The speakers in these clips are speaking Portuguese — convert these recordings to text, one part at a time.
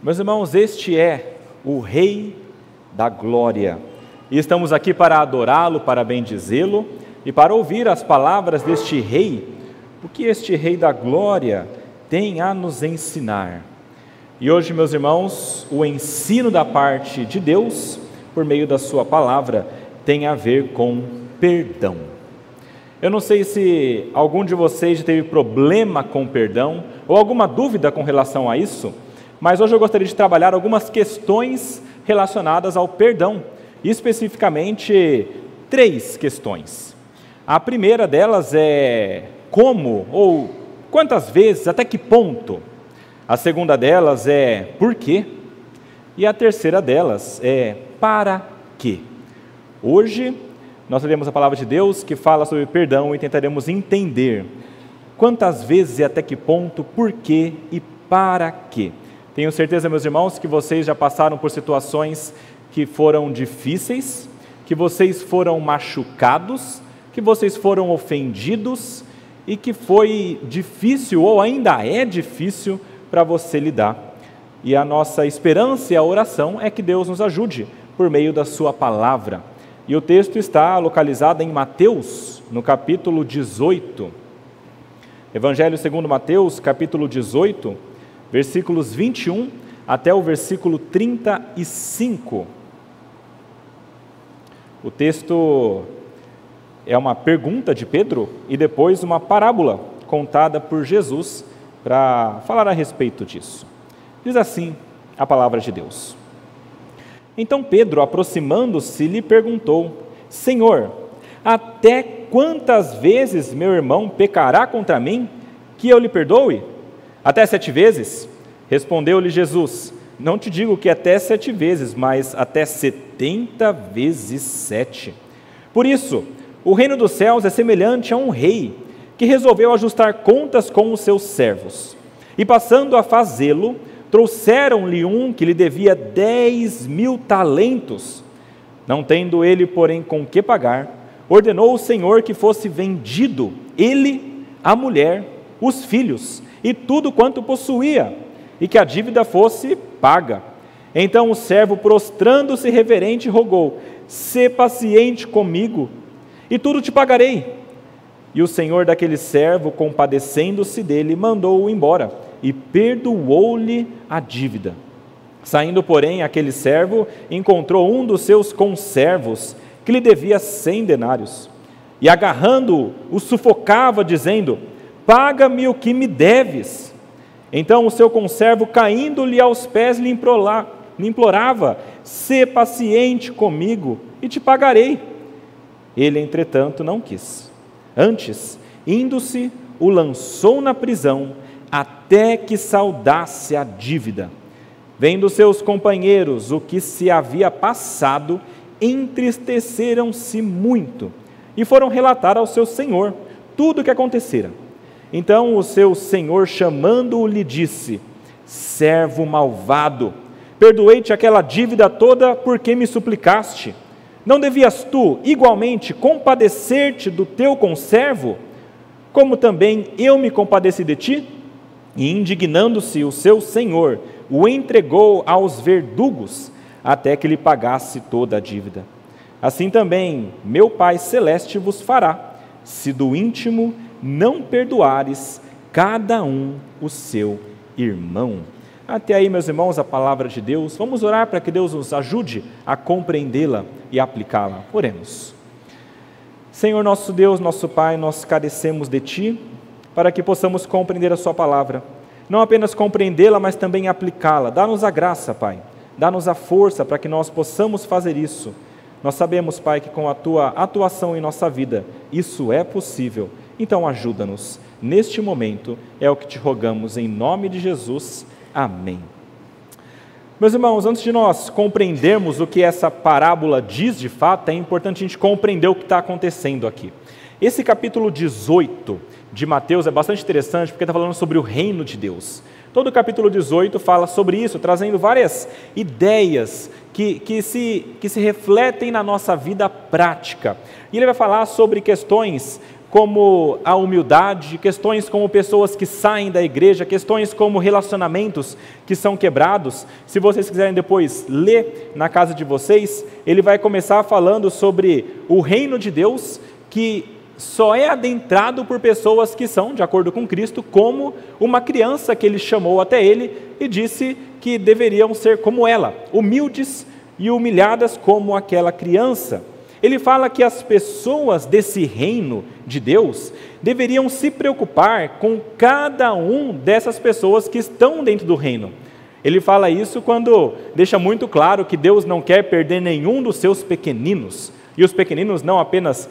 Meus irmãos, este é o Rei da Glória. E estamos aqui para adorá-lo, para bendizê-lo e para ouvir as palavras deste Rei, o que este Rei da Glória tem a nos ensinar. E hoje, meus irmãos, o ensino da parte de Deus, por meio da sua palavra, tem a ver com perdão. Eu não sei se algum de vocês já teve problema com perdão, ou alguma dúvida com relação a isso, mas hoje eu gostaria de trabalhar algumas questões relacionadas ao perdão, especificamente 3 questões. A primeira delas é como ou quantas vezes, até que ponto. A segunda delas é por quê. E a terceira delas é para quê. Hoje nós leremos a palavra de Deus que fala sobre perdão e tentaremos entender quantas vezes e até que ponto, por quê e para quê. Tenho certeza, meus irmãos, que vocês já passaram por situações que foram difíceis, que vocês foram machucados, que vocês foram ofendidos e que foi difícil ou ainda é difícil para você lidar. E a nossa esperança e a oração é que Deus nos ajude por meio da sua palavra. E o texto está localizado em Mateus, no capítulo 18. Evangelho segundo Mateus, capítulo 18, versículos 21 até o versículo 35. O texto é uma pergunta de Pedro e depois uma parábola contada por Jesus para falar a respeito disso. Diz assim a palavra de Deus. Então Pedro, aproximando-se, lhe perguntou: Senhor, até quantas vezes meu irmão pecará contra mim, que eu lhe perdoe? Até 7 vezes? Respondeu-lhe Jesus: Não te digo que até 7 vezes, mas até 70 vezes 7. Por isso, o reino dos céus é semelhante a um rei que resolveu ajustar contas com os seus servos. E passando a fazê-lo, trouxeram-lhe um que lhe devia 10.000 talentos. Não tendo ele, porém, com que pagar, ordenou o Senhor que fosse vendido, ele, a mulher, os filhos e tudo quanto possuía, e que a dívida fosse paga. Então o servo, prostrando-se reverente, rogou: Sê paciente comigo, e tudo te pagarei. E o senhor daquele servo, compadecendo-se dele, mandou-o embora, e perdoou-lhe a dívida. Saindo, porém, aquele servo encontrou um dos seus conservos, que lhe devia 100 denários, e agarrando-o, o sufocava, dizendo: Paga-me o que me deves. Então o seu conservo, caindo-lhe aos pés, lhe implorava: Sê paciente comigo, e te pagarei. Ele, entretanto, não quis. Antes, indo-se, o lançou na prisão, até que saldasse a dívida. Vendo seus companheiros o que se havia passado, entristeceram-se muito, e foram relatar ao seu senhor tudo o que acontecera. Então o seu senhor, chamando-o, lhe disse: Servo malvado, perdoei-te aquela dívida toda porque me suplicaste. Não devias tu, igualmente, compadecer-te do teu conservo, como também eu me compadeci de ti? E indignando-se o seu senhor, o entregou aos verdugos, até que lhe pagasse toda a dívida. Assim também meu Pai Celeste vos fará, se do íntimo não perdoares cada um o seu irmão. Até aí, meus irmãos, a palavra de Deus. Vamos orar para que Deus nos ajude a compreendê-la e aplicá-la. Oremos. Senhor nosso Deus, nosso Pai, nós carecemos de Ti, para que possamos compreender a Sua palavra. Não apenas compreendê-la, mas também aplicá-la. Dá-nos a graça, Pai. Dá-nos a força para que nós possamos fazer isso. Nós sabemos, Pai, que com a Tua atuação em nossa vida, isso é possível. Então ajuda-nos. Neste momento, é o que Te rogamos em nome de Jesus. Amém. Meus irmãos, antes de nós compreendermos o que essa parábola diz de fato, é importante a gente compreender o que está acontecendo aqui. Esse capítulo 18 de Mateus é bastante interessante porque está falando sobre o reino de Deus. Todo o capítulo 18 fala sobre isso, trazendo várias ideias que se refletem na nossa vida prática. E ele vai falar sobre questões como a humildade, questões como pessoas que saem da igreja, questões como relacionamentos que são quebrados. Se vocês quiserem depois ler na casa de vocês, ele vai começar falando sobre o reino de Deus, que só é adentrado por pessoas que são, de acordo com Cristo, como uma criança que ele chamou até ele e disse que deveriam ser como ela, humildes e humilhadas como aquela criança. Ele fala que as pessoas desse reino de Deus deveriam se preocupar com cada um dessas pessoas que estão dentro do reino. Ele fala isso quando deixa muito claro que Deus não quer perder nenhum dos seus pequeninos. E os pequeninos não apenas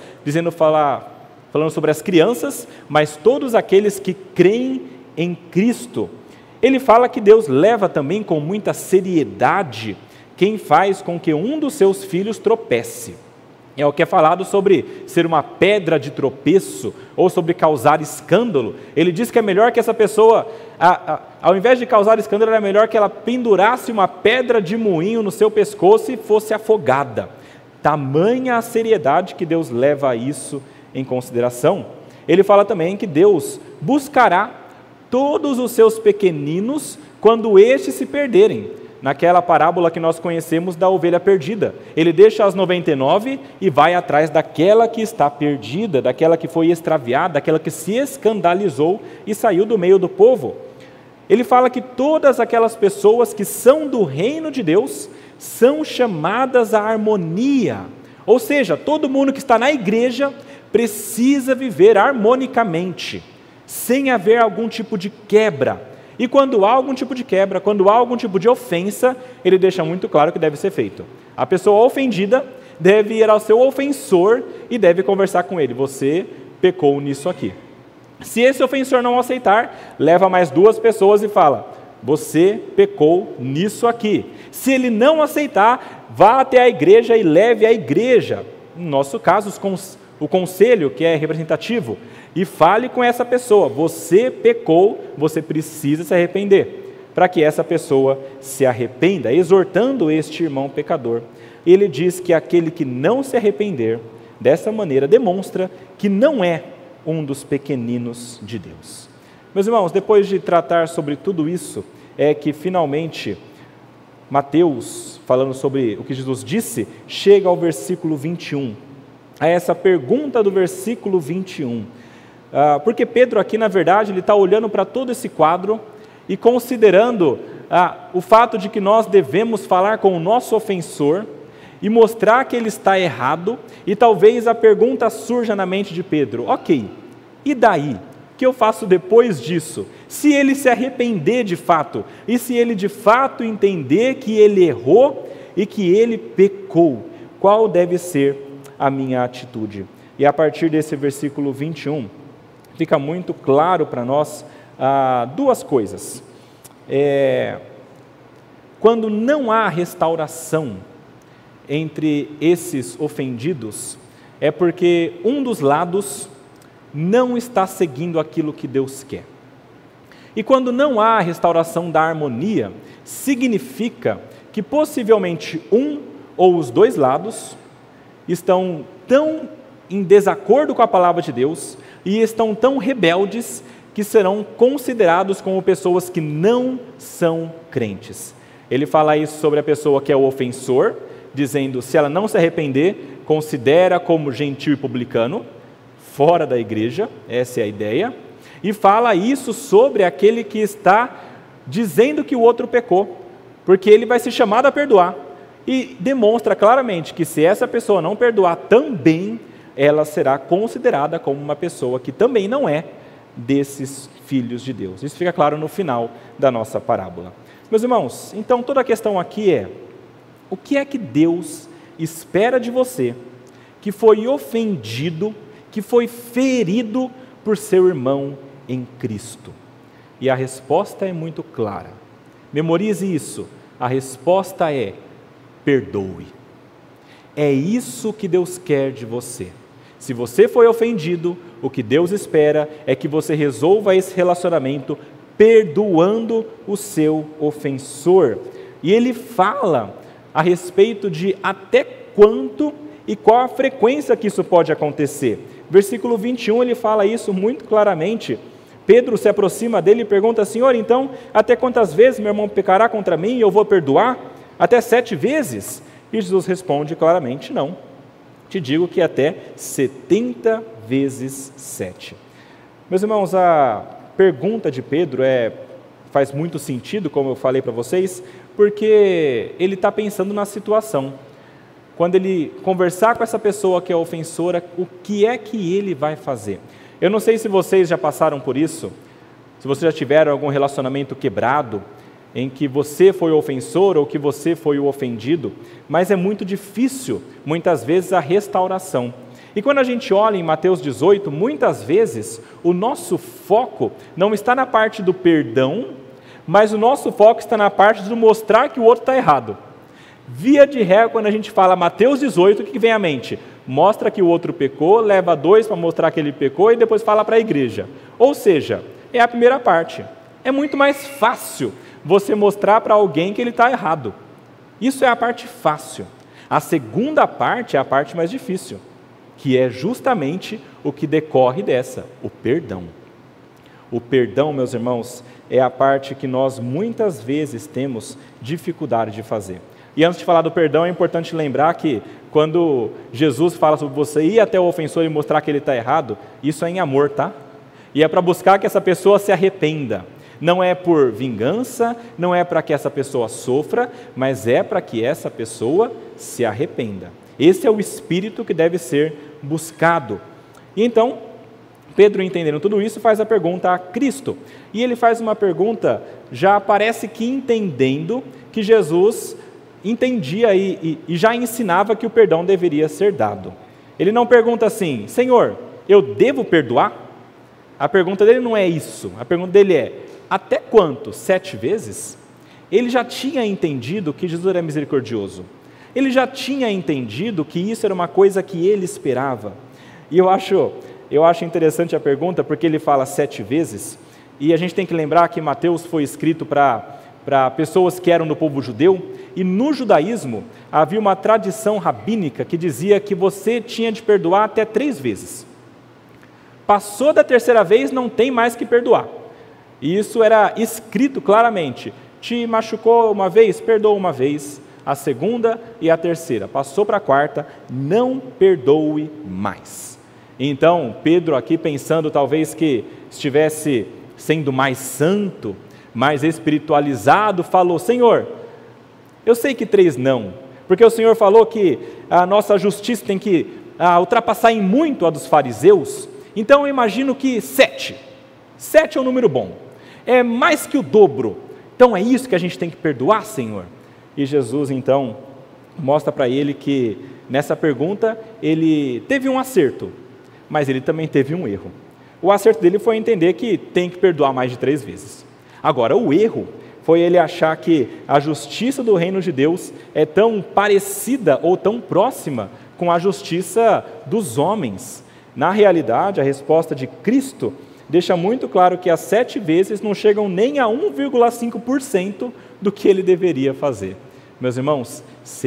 falando sobre as crianças, mas todos aqueles que creem em Cristo. Ele fala que Deus leva também com muita seriedade quem faz com que um dos seus filhos tropece. É o que é falado sobre ser uma pedra de tropeço ou sobre causar escândalo. Ele diz que é melhor que essa pessoa, ao invés de causar escândalo, era melhor que ela pendurasse uma pedra de moinho no seu pescoço e fosse afogada. Tamanha a seriedade que Deus leva a isso em consideração. Ele fala também que Deus buscará todos os seus pequeninos quando estes se perderem. Naquela parábola que nós conhecemos da ovelha perdida, ele deixa as 99 e vai atrás daquela que está perdida, daquela que foi extraviada, daquela que se escandalizou e saiu do meio do povo. Ele fala que todas aquelas pessoas que são do reino de Deus são chamadas à harmonia, ou seja, todo mundo que está na igreja precisa viver harmonicamente, sem haver algum tipo de quebra. E quando há algum tipo de quebra, quando há algum tipo de ofensa, ele deixa muito claro que deve ser feito. A pessoa ofendida deve ir ao seu ofensor e deve conversar com ele. Você pecou nisso aqui. Se esse ofensor não aceitar, leva mais 2 pessoas e fala: você pecou nisso aqui. Se ele não aceitar, vá até a igreja e leve a igreja. No nosso caso, o conselho, que é representativo, e fale com essa pessoa: você pecou, você precisa se arrepender, para que essa pessoa se arrependa, exortando este irmão pecador. Ele diz que aquele que não se arrepender, dessa maneira, demonstra que não é um dos pequeninos de Deus. Meus irmãos, depois de tratar sobre tudo isso, é que finalmente Mateus, falando sobre o que Jesus disse, chega ao versículo 21, a essa pergunta do versículo 21. Porque Pedro aqui, na verdade, ele está olhando para todo esse quadro e considerando o fato de que nós devemos falar com o nosso ofensor e mostrar que ele está errado, e talvez a pergunta surja na mente de Pedro: ok, e daí? O que eu faço depois disso? Se ele se arrepender de fato, e se ele de fato entender que ele errou e que ele pecou, qual deve ser a minha atitude? E a partir desse versículo 21, fica muito claro para nós 2 coisas. Quando não há restauração entre esses ofendidos, é porque um dos lados não está seguindo aquilo que Deus quer. E quando não há restauração da harmonia, significa que possivelmente um ou os 2 lados estão tão em desacordo com a palavra de Deus e estão tão rebeldes que serão considerados como pessoas que não são crentes. Ele fala isso sobre a pessoa que é o ofensor, dizendo: se ela não se arrepender, considera como gentil e publicano, fora da igreja, essa é a ideia. E fala isso sobre aquele que está dizendo que o outro pecou, porque ele vai ser chamado a perdoar. E demonstra claramente que se essa pessoa não perdoar também, ela será considerada como uma pessoa que também não é desses filhos de Deus. Isso fica claro no final da nossa parábola. Meus irmãos, então toda a questão aqui é: o que é que Deus espera de você, que foi ofendido, que foi ferido por seu irmão em Cristo? E a resposta é muito clara. Memorize isso. A resposta é: perdoe. É isso que Deus quer de você. Se você foi ofendido, o que Deus espera é que você resolva esse relacionamento perdoando o seu ofensor. E ele fala a respeito de até quanto e qual a frequência que isso pode acontecer. Versículo 21, ele fala isso muito claramente. Pedro se aproxima dele e pergunta: Senhor, então, até quantas vezes meu irmão pecará contra mim e eu vou perdoar? Até 7 vezes? E Jesus responde claramente: não. Te digo que até 70 vezes 7. Meus irmãos, a pergunta de Pedro faz muito sentido, como eu falei para vocês, porque ele está pensando na situação. Quando ele conversar com essa pessoa que é ofensora, o que é que ele vai fazer? Eu não sei se vocês já passaram por isso, se vocês já tiveram algum relacionamento quebrado, em que você foi o ofensor ou que você foi o ofendido, mas é muito difícil, muitas vezes, a restauração. E quando a gente olha em Mateus 18, muitas vezes o nosso foco não está na parte do perdão, mas o nosso foco está na parte de mostrar que o outro está errado. Via de regra, quando a gente fala Mateus 18, o que vem à mente? Mostra que o outro pecou, leva 2 para mostrar que ele pecou e depois fala para a igreja. Ou seja, é a primeira parte. É muito mais fácil você mostrar para alguém que ele está errado. Isso é a parte fácil. A segunda parte é a parte mais difícil, que é justamente o que decorre dessa, o perdão. O perdão, meus irmãos, é a parte que nós muitas vezes temos dificuldade de fazer. E antes de falar do perdão, é importante lembrar que quando Jesus fala sobre você ir até o ofensor e mostrar que ele está errado, isso é em amor, tá? E é para buscar que essa pessoa se arrependa. Não é por vingança, não é para que essa pessoa sofra, mas é para que essa pessoa se arrependa. Esse é o espírito que deve ser buscado. E então, Pedro, entendendo tudo isso, faz a pergunta a Cristo. E ele faz uma pergunta, já parece que entendendo que Jesus entendia e já ensinava que o perdão deveria ser dado. Ele não pergunta assim: Senhor, eu devo perdoar? A pergunta dele não é isso. A pergunta dele é: até quanto? 7 vezes? Ele já tinha entendido que Jesus era misericordioso. Ele já tinha entendido que isso era uma coisa que ele esperava. E eu acho interessante a pergunta, porque ele fala 7 vezes, e a gente tem que lembrar que Mateus foi escrito para pessoas que eram do povo judeu, e no judaísmo havia uma tradição rabínica que dizia que você tinha de perdoar até 3 vezes. Passou da 3ª vez, não tem mais que perdoar. E isso era escrito claramente: te machucou uma vez, perdoa uma vez, a 2ª e a 3ª. Passou para a 4ª, não perdoe mais. Então, Pedro aqui pensando talvez que estivesse sendo mais santo, mais espiritualizado, falou: Senhor, eu sei que 3 não, porque o Senhor falou que a nossa justiça tem que ultrapassar em muito a dos fariseus, então eu imagino que 7 é um número bom, é mais que o dobro, então é isso que a gente tem que perdoar, Senhor? E Jesus então mostra para ele que nessa pergunta ele teve um acerto, mas ele também teve um erro. O acerto dele foi entender que tem que perdoar mais de 3 vezes. Agora, o erro foi ele achar que a justiça do reino de Deus é tão parecida ou tão próxima com a justiça dos homens. Na realidade, a resposta de Cristo deixa muito claro que as 7 vezes não chegam nem a 1,5% do que ele deveria fazer. Meus irmãos,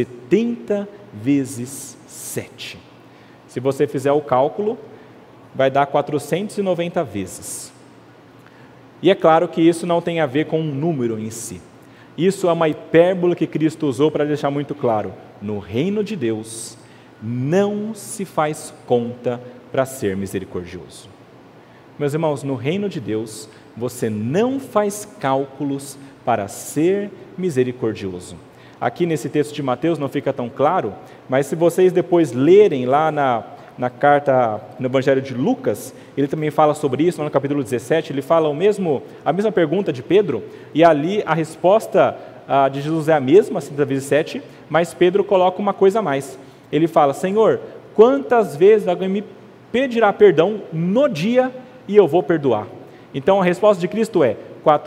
70 vezes 7. Se você fizer o cálculo, vai dar 490 vezes. E é claro que isso não tem a ver com um número em si. Isso é uma hipérbole que Cristo usou para deixar muito claro: no reino de Deus não se faz conta para ser misericordioso. Meus irmãos, no reino de Deus você não faz cálculos para ser misericordioso. Aqui nesse texto de Mateus não fica tão claro, mas se vocês depois lerem lá na carta, no Evangelho de Lucas, ele também fala sobre isso, no capítulo 17, ele fala a mesma pergunta de Pedro, e ali a resposta de Jesus é a mesma, 70 vezes 7, mas Pedro coloca uma coisa a mais. Ele fala: Senhor, quantas vezes alguém me pedirá perdão no dia e eu vou perdoar? Então a resposta de Cristo é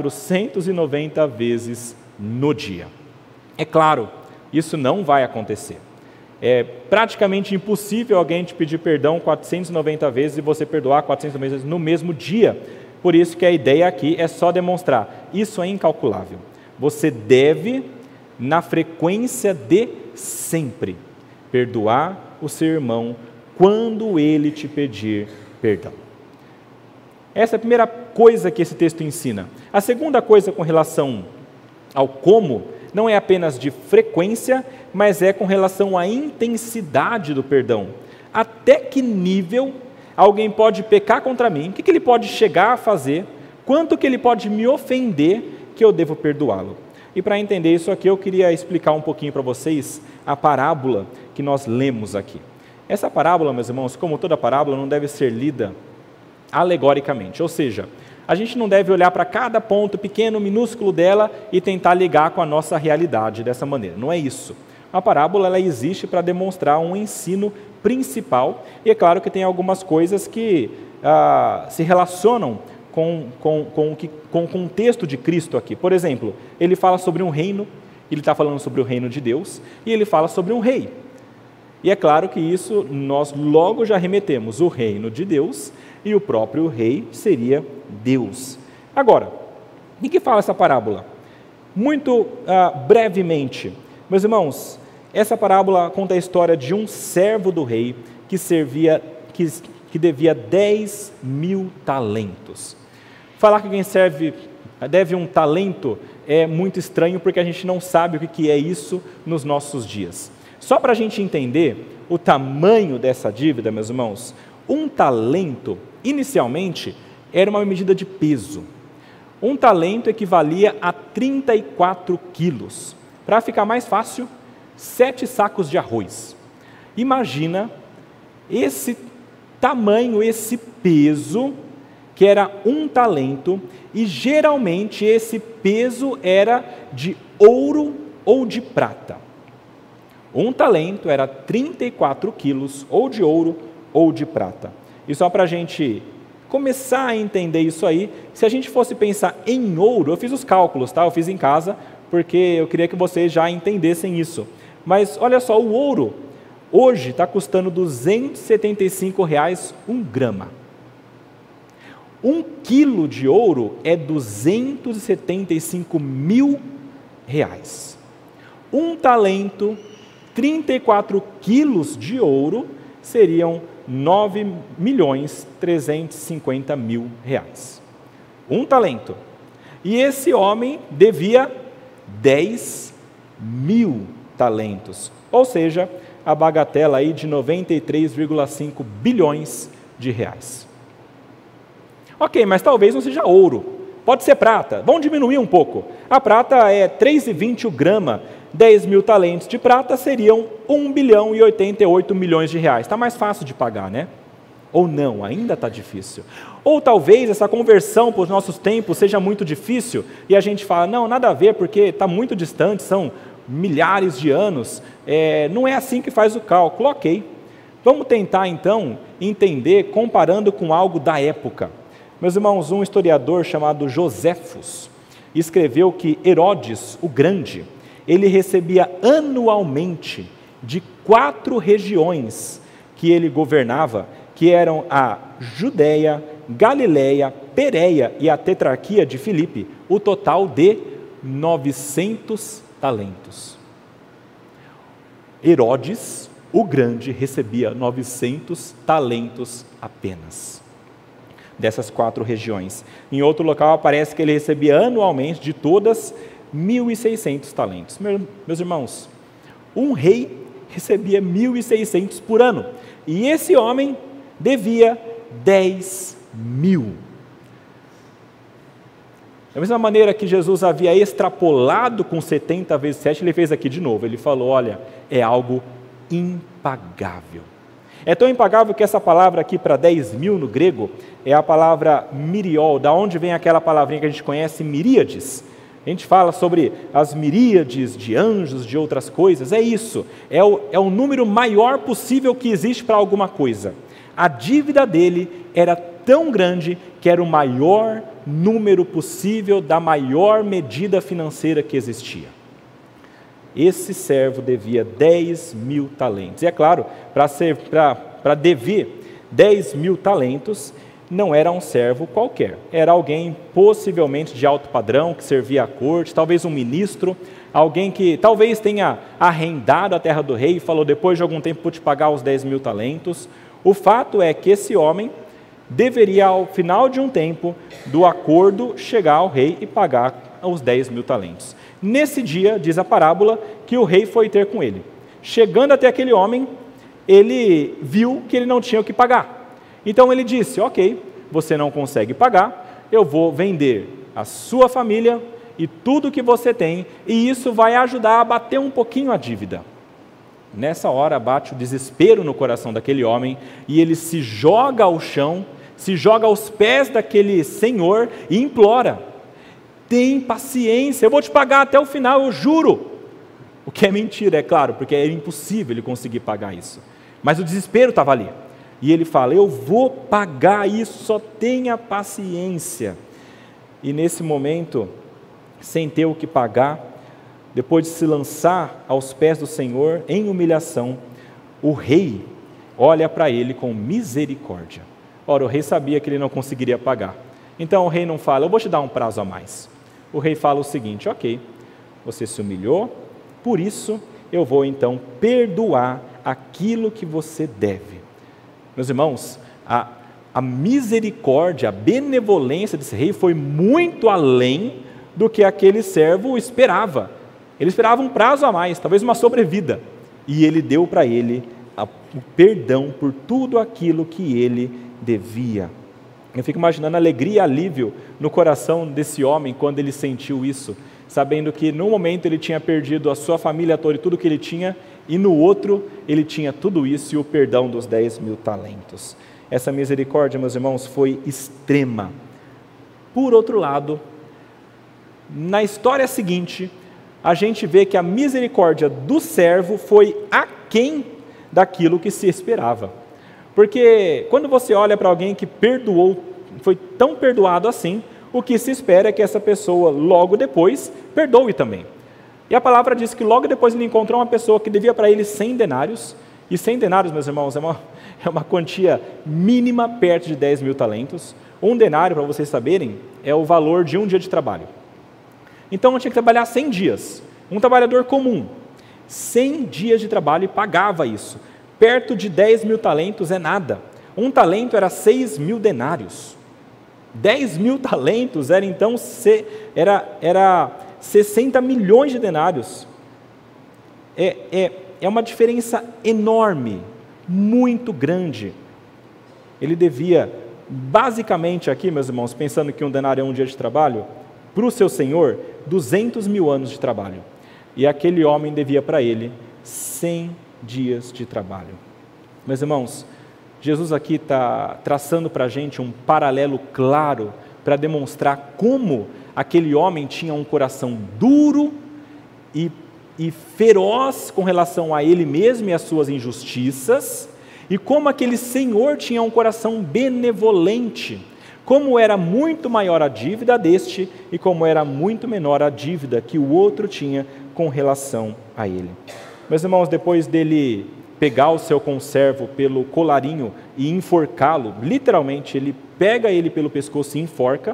490 vezes no dia. É claro, isso não vai acontecer. É praticamente impossível alguém te pedir perdão 490 vezes e você perdoar 490 vezes no mesmo dia. Por isso que a ideia aqui é só demonstrar: isso é incalculável. Você deve, na frequência de sempre, perdoar o seu irmão quando ele te pedir perdão. Essa é a primeira coisa que esse texto ensina. A segunda coisa com relação ao como, não é apenas de frequência, mas é com relação à intensidade do perdão. Até que nível alguém pode pecar contra mim, o que ele pode chegar a fazer, quanto que ele pode me ofender, que eu devo perdoá-lo. E para entender isso aqui, eu queria explicar um pouquinho para vocês a parábola que nós lemos aqui. Essa parábola, meus irmãos, como toda parábola, não deve ser lida alegoricamente, ou seja, a gente não deve olhar para cada ponto pequeno, minúsculo dela e tentar ligar com a nossa realidade dessa maneira. Não é isso. A parábola ela existe para demonstrar um ensino principal, e é claro que tem algumas coisas que se relacionam com o contexto de Cristo aqui. Por exemplo, ele fala sobre um reino, ele está falando sobre o reino de Deus, e ele fala sobre um rei. E é claro que isso nós logo já remetemos o reino de Deus, e o próprio rei seria Deus. Agora, o que fala essa parábola? Muito brevemente, meus irmãos, essa parábola conta a história de um servo do rei que devia 10.000 talentos. Falar que alguém deve um talento é muito estranho, porque a gente não sabe o que é isso nos nossos dias. Só para a gente entender o tamanho dessa dívida, meus irmãos, um talento, inicialmente, era uma medida de peso. Um talento equivalia a 34 quilos. Para ficar mais fácil, 7 sacos de arroz. Imagina esse tamanho, esse peso, que era um talento, e geralmente esse peso era de ouro ou de prata. Um talento era 34 quilos, ou de ouro ou de prata. E só para a gente começar a entender isso aí, se a gente fosse pensar em ouro, eu fiz os cálculos, tá? Eu fiz em casa, porque eu queria que vocês já entendessem isso. Mas olha só, o ouro hoje está custando R$ 275 um grama. 1 quilo de ouro é 275 mil reais. Um talento, 34 quilos de ouro, seriam 9.350.000 reais. Um talento. E esse homem devia 10.000 talentos, ou seja, a bagatela aí de 93,5 bilhões de reais. Ok, mas talvez não seja ouro, pode ser prata, vamos diminuir um pouco. A prata é 3,20 o grama, 10.000 talentos de prata seriam 1 bilhão e 88 milhões de reais. Está mais fácil de pagar, né? Ou não, ainda está difícil. Ou talvez essa conversão para os nossos tempos seja muito difícil e a gente fala, não, nada a ver, porque está muito distante, são milhares de anos, não é assim que faz o cálculo. Ok, vamos tentar então entender comparando com algo da época. Meus irmãos, um historiador chamado Joséfos escreveu que Herodes, o Grande, ele recebia anualmente de 4 regiões que ele governava, que eram a Judéia, Galileia, Pérea e a tetrarquia de Filipe, o total de 900 talentos. Herodes, o Grande, recebia 900 talentos apenas, dessas 4 regiões. Em outro local aparece que ele recebia anualmente de todas 1.600 talentos. Meus irmãos, um rei recebia 1.600 por ano, e esse homem devia 10.000. Da mesma maneira que Jesus havia extrapolado com 70 vezes 7, ele fez aqui de novo. Ele falou, olha, é algo impagável. É tão impagável que essa palavra aqui para 10.000 no grego é a palavra miriol, da onde vem aquela palavrinha que a gente conhece, miríades. A gente fala sobre as miríades de anjos, de outras coisas, é isso. É o número maior possível que existe para alguma coisa. A dívida dele era tão grande que era o maior número possível da maior medida financeira que existia. Esse servo devia 10.000 talentos. E é claro, para dever 10.000 talentos, não era um servo qualquer, era alguém possivelmente de alto padrão, que servia à corte, talvez um ministro, alguém que talvez tenha arrendado a terra do rei e falou, depois de algum tempo vou te pagar os 10 mil talentos. O fato é que esse homem deveria, ao final de um tempo do acordo, chegar ao rei e pagar os 10 mil talentos. Nesse dia, diz a parábola, que o rei foi ter com ele. Chegando até aquele homem, ele viu que ele não tinha o que pagar. Então ele disse, ok, você não consegue pagar, eu vou vender a sua família e tudo que você tem, e isso vai ajudar a bater um pouquinho a dívida. Nessa hora bate o desespero no coração daquele homem, e ele se joga ao chão, se joga aos pés daquele senhor e implora, tem paciência, eu vou te pagar até o final, eu juro. O que é mentira, é claro, porque era impossível ele conseguir pagar isso. Mas o desespero estava ali. E ele fala, eu vou pagar isso, só tenha paciência. E nesse momento, sem ter o que pagar, depois de se lançar aos pés do Senhor em humilhação, o rei olha para ele com misericórdia. Ora, o rei sabia que ele não conseguiria pagar. Então o rei não fala, eu vou te dar um prazo a mais. O rei fala o seguinte, ok, você se humilhou, por isso eu vou então perdoar aquilo que você deve. Meus irmãos, a misericórdia, a benevolência desse rei foi muito além do que aquele servo esperava. Ele esperava um prazo a mais, talvez uma sobrevida. E ele deu para ele o perdão por tudo aquilo que ele devia. Eu fico imaginando a alegria e alívio no coração desse homem quando ele sentiu isso, sabendo que no momento ele tinha perdido a sua família toda e tudo que ele tinha, e no outro ele tinha tudo isso e o perdão dos 10 mil talentos. Essa misericórdia, meus irmãos, foi extrema. Por outro lado, na história seguinte, a gente vê que a misericórdia do servo foi aquém daquilo que se esperava. Porque quando você olha para alguém que perdoou, foi tão perdoado assim, o que se espera é que essa pessoa logo depois perdoe também. E a palavra diz que logo depois ele encontrou uma pessoa que devia para ele 100 denários, e 100 denários, meus irmãos, é uma quantia mínima perto de 10 mil talentos. Um denário, para vocês saberem, é o valor de um dia de trabalho. Então eu tinha que trabalhar 100 dias, um trabalhador comum, 100 dias de trabalho e pagava isso. Perto de 10 mil talentos é nada. Um talento era 6 mil denários. 10 mil talentos era então 60 milhões de denários. É uma diferença enorme, muito grande. Ele devia, basicamente aqui, meus irmãos, pensando que um denário é um dia de trabalho, para o seu senhor, 200 mil anos de trabalho. E aquele homem devia para ele 100 dias de trabalho. Meus irmãos, Jesus aqui está traçando para a gente um paralelo claro para demonstrar como aquele homem tinha um coração duro e feroz com relação a ele mesmo e às suas injustiças, e como aquele senhor tinha um coração benevolente, como era muito maior a dívida deste e como era muito menor a dívida que o outro tinha com relação a ele. Meus irmãos, depois dele pegar o seu conservo pelo colarinho e enforcá-lo, literalmente ele pega ele pelo pescoço e enforca,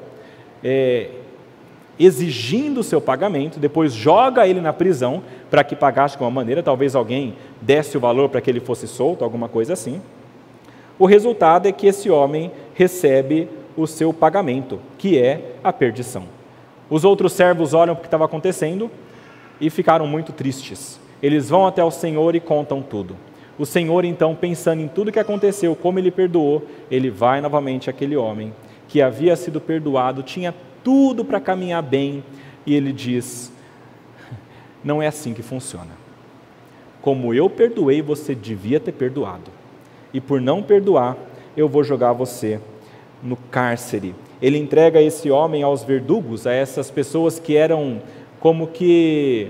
exigindo o seu pagamento, depois joga ele na prisão para que pagasse de alguma maneira, talvez alguém desse o valor para que ele fosse solto, alguma coisa assim. O resultado é que esse homem recebe o seu pagamento, que é a perdição. Os outros servos olham para o que estava acontecendo e ficaram muito tristes. Eles vão até o Senhor e contam tudo. O Senhor, então, pensando em tudo que aconteceu, como ele perdoou, ele vai novamente àquele homem que havia sido perdoado, tinha tudo para caminhar bem, e ele diz, não é assim que funciona. Como eu perdoei, você devia ter perdoado. E por não perdoar, eu vou jogar você no cárcere. Ele entrega esse homem aos verdugos, a essas pessoas que eram como que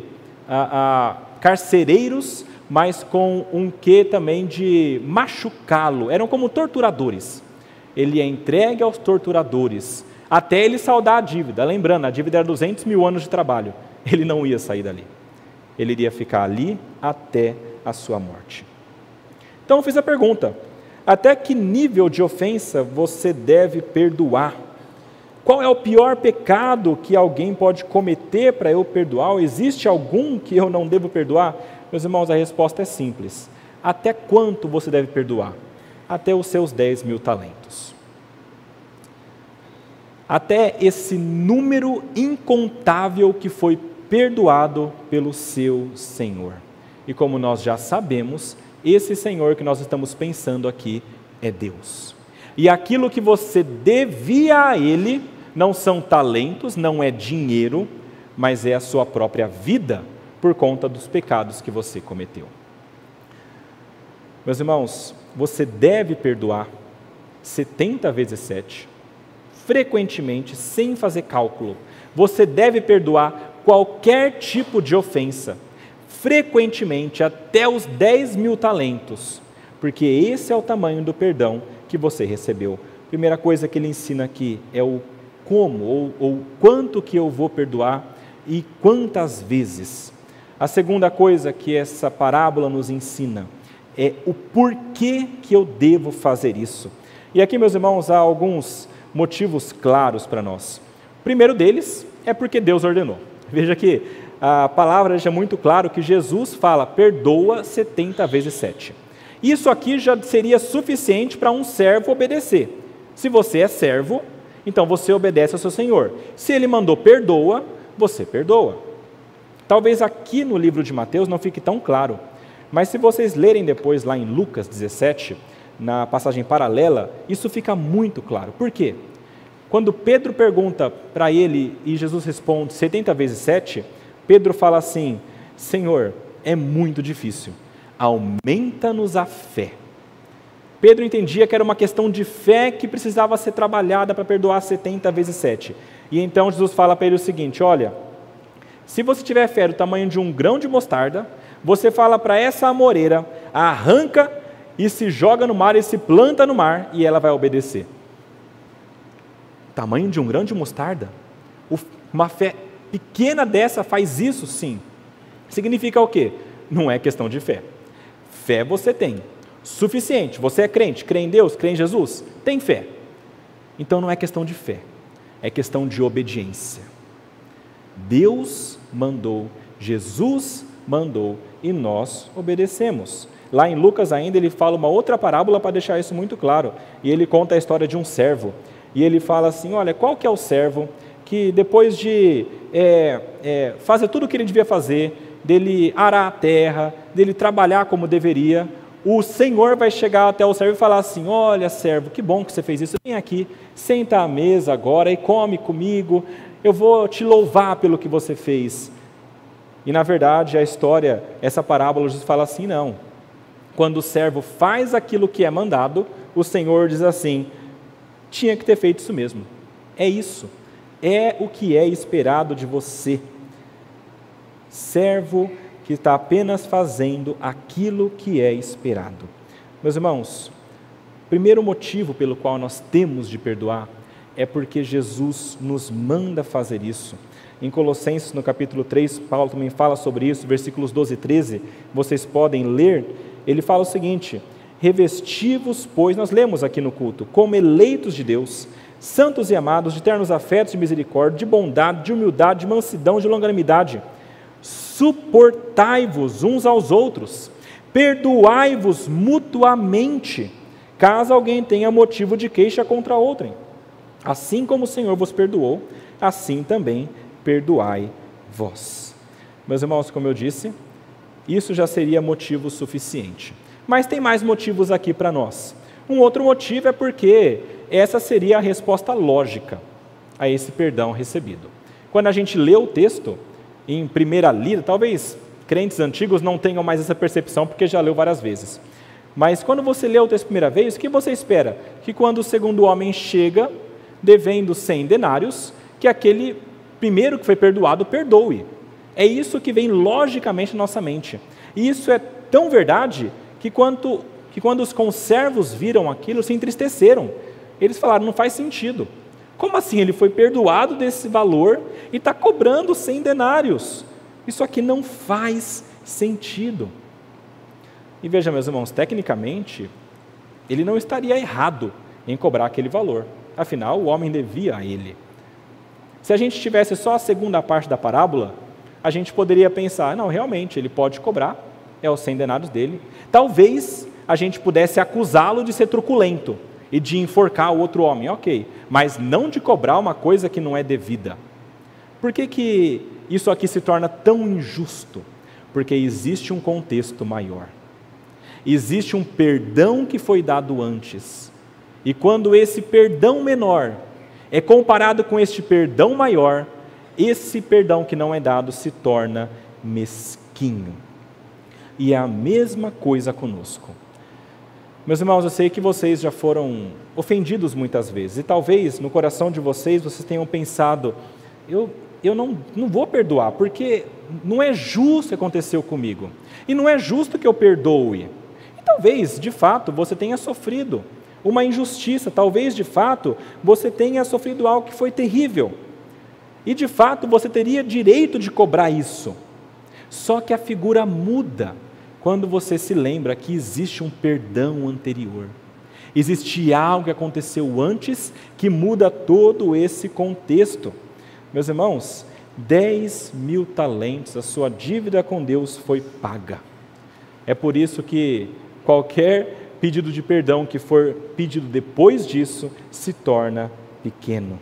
carcereiros, mas com um quê também de machucá-lo. Eram como torturadores. Ele é entregue aos torturadores, até ele saldar a dívida. Lembrando, a dívida era 200 mil anos de trabalho. Ele não ia sair dali. Ele iria ficar ali até a sua morte. Então eu fiz a pergunta, Até que nível de ofensa você deve perdoar? Qual é o pior pecado que alguém pode cometer para eu perdoar? Existe algum que eu não devo perdoar? Meus irmãos, a resposta é simples. Até quanto você deve perdoar? Até os seus 10.000 talentos. Até esse número incontável que foi perdoado pelo seu Senhor. E como nós já sabemos, esse Senhor que nós estamos pensando aqui é Deus. E aquilo que você devia a Ele não são talentos, não é dinheiro, mas é a sua própria vida, por conta dos pecados que você cometeu. Meus irmãos, você deve perdoar 70 vezes 7, frequentemente, sem fazer cálculo. Você deve perdoar qualquer tipo de ofensa, frequentemente, até os 10.000 talentos, porque esse é o tamanho do perdão que você recebeu. Primeira coisa que ele ensina aqui é o como, ou quanto que eu vou perdoar e quantas vezes. A segunda coisa que essa parábola nos ensina é o porquê que eu devo fazer isso. E aqui, meus irmãos, há alguns motivos claros para nós. O primeiro deles é porque Deus ordenou. Veja que a palavra deixa muito claro que Jesus fala, perdoa 70 vezes 7. Isso aqui já seria suficiente para um servo obedecer. Se você é servo, então você obedece ao seu Senhor. Se ele mandou perdoa, você perdoa. Talvez aqui no livro de Mateus não fique tão claro, mas se vocês lerem depois lá em Lucas 17, na passagem paralela, isso fica muito claro. Por quê? Quando Pedro pergunta para ele e Jesus responde 70 vezes 7, Pedro fala assim, Senhor, é muito difícil, aumenta-nos a fé. Pedro entendia que era uma questão de fé que precisava ser trabalhada para perdoar 70 vezes 7. E então Jesus fala para ele o seguinte, olha, se você tiver fé do tamanho de um grão de mostarda, você fala para essa amoreira, arranca e se joga no mar e se planta no mar, e ela vai obedecer. Tamanho de um grão de mostarda? Uma fé pequena dessa faz isso? Sim. Significa o quê? Não é questão de fé. Fé você tem. Suficiente. Você é crente, crê em Deus, crê em Jesus? Tem fé. Então não é questão de fé. É questão de obediência. Deus mandou, Jesus mandou e nós obedecemos. Lá em Lucas ainda ele fala uma outra parábola para deixar isso muito claro. E ele conta a história de um servo. E ele fala assim, olha, qual que é o servo que depois de fazer tudo o que ele devia fazer, dele arar a terra, dele trabalhar como deveria, o Senhor vai chegar até o servo e falar assim, olha servo, que bom que você fez isso, vem aqui, senta à mesa agora e come comigo, eu vou te louvar pelo que você fez. E na verdade a história, essa parábola Jesus fala assim, não. Quando o servo faz aquilo que é mandado, o Senhor diz assim, tinha que ter feito isso mesmo. É isso. É o que é esperado de você. Servo que está apenas fazendo aquilo que é esperado. Meus irmãos, o primeiro motivo pelo qual nós temos de perdoar é porque Jesus nos manda fazer isso. Em Colossenses, no capítulo 3, Paulo também fala sobre isso, versículos 12 e 13, vocês podem ler, ele fala o seguinte, revesti-vos, pois, nós lemos aqui no culto, como eleitos de Deus, santos e amados, de ternos afetos de misericórdia, de bondade, de humildade, de mansidão, de longanimidade, suportai-vos uns aos outros, perdoai-vos mutuamente, caso alguém tenha motivo de queixa contra outrem. Assim como o Senhor vos perdoou, assim também perdoai vós. Meus irmãos, como eu disse, isso já seria motivo suficiente. Mas tem mais motivos aqui para nós. Um outro motivo é porque essa seria a resposta lógica a esse perdão recebido. Quando a gente lê o texto, em primeira lida, talvez crentes antigos não tenham mais essa percepção, porque já leu várias vezes. Mas quando você lê o texto a primeira vez, o que você espera? Que quando o segundo homem chega, devendo 100 denários, que aquele primeiro que foi perdoado, perdoe. É isso que vem logicamente na nossa mente. E isso é tão verdade que quando os conservos viram aquilo, se entristeceram. Eles falaram, não faz sentido. Como assim? Ele foi perdoado desse valor e está cobrando 100 denários. Isso aqui não faz sentido. E veja, meus irmãos, tecnicamente, ele não estaria errado em cobrar aquele valor. Afinal, o homem devia a ele. Se a gente tivesse só a segunda parte da parábola, a gente poderia pensar, não, realmente, ele pode cobrar, é os 100 denários dele. Talvez a gente pudesse acusá-lo de ser truculento e de enforcar o outro homem, ok, mas não de cobrar uma coisa que não é devida. Por que isso aqui se torna tão injusto? Porque existe um contexto maior. Existe um perdão que foi dado antes. E quando esse perdão menor é comparado com este perdão maior, esse perdão que não é dado se torna mesquinho. E é a mesma coisa conosco. Meus irmãos, eu sei que vocês já foram ofendidos muitas vezes. E talvez no coração de vocês tenham pensado, eu não vou perdoar, porque não é justo o que aconteceu comigo. E não é justo que eu perdoe. E talvez, de fato, você tenha sofrido uma injustiça. Talvez, de fato, você tenha sofrido algo que foi terrível. E, de fato, você teria direito de cobrar isso. Só que a figura muda quando você se lembra que existe um perdão anterior. Existe algo que aconteceu antes que muda todo esse contexto. Meus irmãos, 10.000 talentos, a sua dívida com Deus foi paga. É por isso que qualquer pedido de perdão que for pedido depois disso se torna pequeno.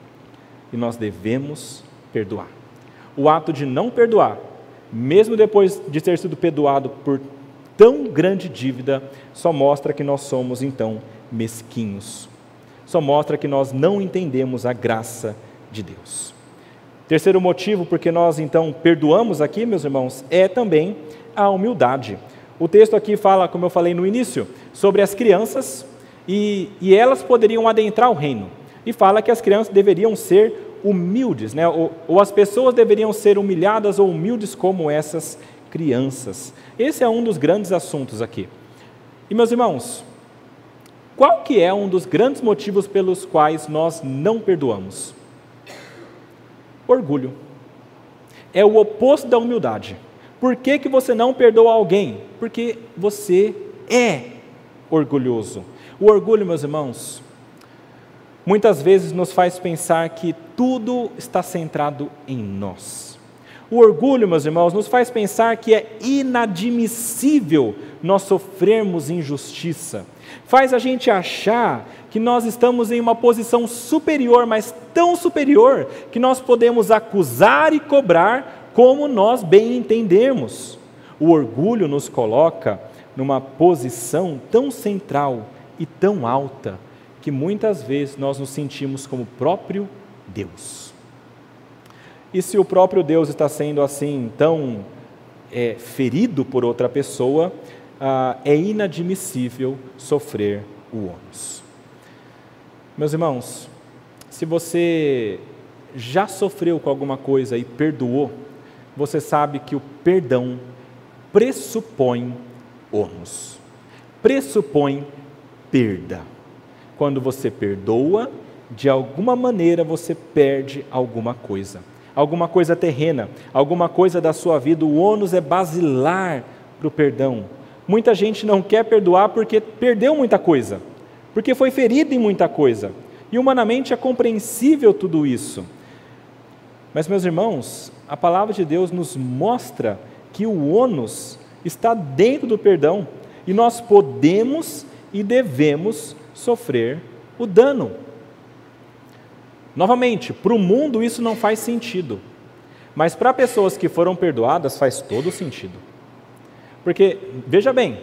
E nós devemos perdoar. O ato de não perdoar, mesmo depois de ter sido perdoado por tão grande dívida, só mostra que nós somos então mesquinhos. Só mostra que nós não entendemos a graça de Deus. Terceiro motivo porque nós então perdoamos aqui, meus irmãos, é também a humildade. O texto aqui fala, como eu falei no início, sobre as crianças e elas poderiam adentrar o reino. E fala que as crianças deveriam ser humildes, né? ou as pessoas deveriam ser humilhadas ou humildes como essas crianças. Esse é um dos grandes assuntos aqui. E meus irmãos, qual que é um dos grandes motivos pelos quais nós não perdoamos? Orgulho. É o oposto da humildade. Por que você não perdoa alguém? Porque você é orgulhoso. O orgulho, meus irmãos, muitas vezes nos faz pensar que tudo está centrado em nós. O orgulho, meus irmãos, nos faz pensar que é inadmissível nós sofrermos injustiça. Faz a gente achar que nós estamos em uma posição superior, mas tão superior, que nós podemos acusar e cobrar como nós bem entendemos. O orgulho nos coloca numa posição tão central e tão alta, que muitas vezes nós nos sentimos como o próprio Deus. E se o próprio Deus está sendo assim tão ferido por outra pessoa, é inadmissível sofrer o ônus. Meus irmãos, se você já sofreu com alguma coisa e perdoou, você sabe que o perdão pressupõe ônus, pressupõe perda. Quando você perdoa, de alguma maneira você perde alguma coisa terrena, alguma coisa da sua vida. O ônus é basilar para o perdão. Muita gente não quer perdoar porque perdeu muita coisa, porque foi ferido em muita coisa, e humanamente é compreensível tudo isso. Mas, meus irmãos, a palavra de Deus nos mostra que o ônus está dentro do perdão, e nós podemos e devemos sofrer o dano. Novamente, para o mundo isso não faz sentido, mas para pessoas que foram perdoadas faz todo sentido. Porque, veja bem,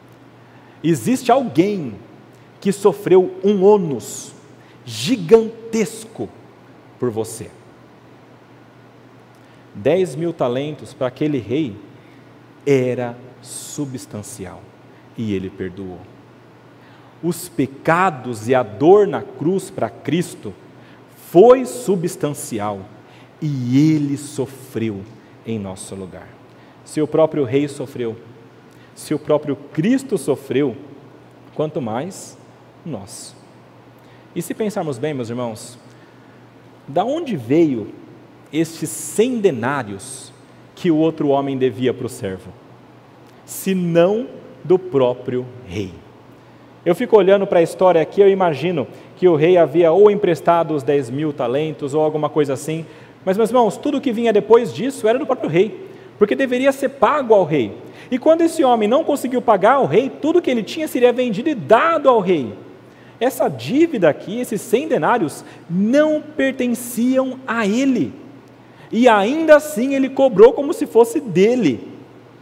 existe alguém que sofreu um ônus gigantesco por você. 10.000 talentos para aquele rei era substancial, e ele perdoou. Os pecados e a dor na cruz para Cristo foi substancial, e ele sofreu em nosso lugar. Se o próprio rei sofreu, se o próprio Cristo sofreu, quanto mais nós. E se pensarmos bem, meus irmãos, da onde veio estes 100 denários que o outro homem devia para o servo? Se não do próprio rei. Eu fico olhando para a história aqui, eu imagino que o rei havia ou emprestado os 10.000 talentos ou alguma coisa assim, mas, meus irmãos, tudo que vinha depois disso era do próprio rei, porque deveria ser pago ao rei. E quando esse homem não conseguiu pagar ao rei, tudo que ele tinha seria vendido e dado ao rei. Essa dívida aqui, esses 100 denários, não pertenciam a ele. E ainda assim ele cobrou como se fosse dele.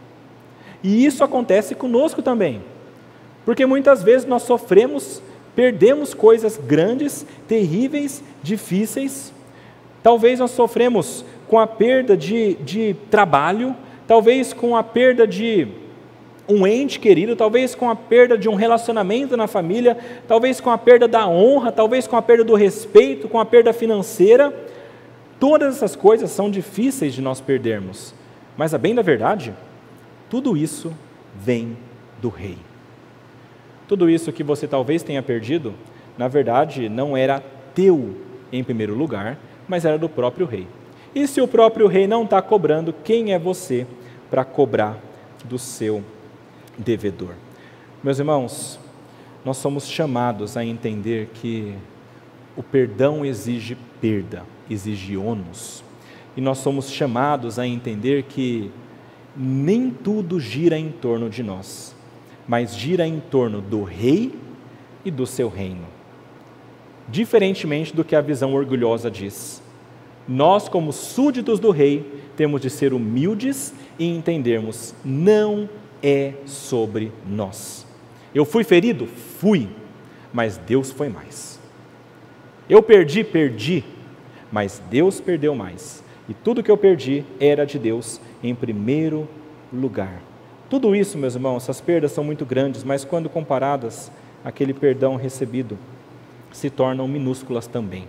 E isso acontece conosco também. Porque muitas vezes nós sofremos, perdemos coisas grandes, terríveis, difíceis. Talvez nós sofremos com a perda de trabalho, talvez com a perda de um ente querido, talvez com a perda de um relacionamento na família, talvez com a perda da honra, talvez com a perda do respeito, com a perda financeira. Todas essas coisas são difíceis de nós perdermos, mas a bem da verdade, tudo isso vem do rei. Tudo isso que você talvez tenha perdido, na verdade não era teu em primeiro lugar, mas era do próprio rei. E se o próprio rei não está cobrando, quem é você para cobrar do seu devedor? Meus irmãos, nós somos chamados a entender que o perdão exige perda, exige ônus. E nós somos chamados a entender que nem tudo gira em torno de nós, mas gira em torno do rei e do seu reino. Diferentemente do que a visão orgulhosa diz. Nós, como súditos do rei, temos de ser humildes e entendermos, não é sobre nós. Eu fui ferido? Fui, mas Deus foi mais. Eu perdi, mas Deus perdeu mais. E tudo que eu perdi era de Deus em primeiro lugar. Tudo isso, meus irmãos, essas perdas são muito grandes, mas quando comparadas àquele perdão recebido, se tornam minúsculas também.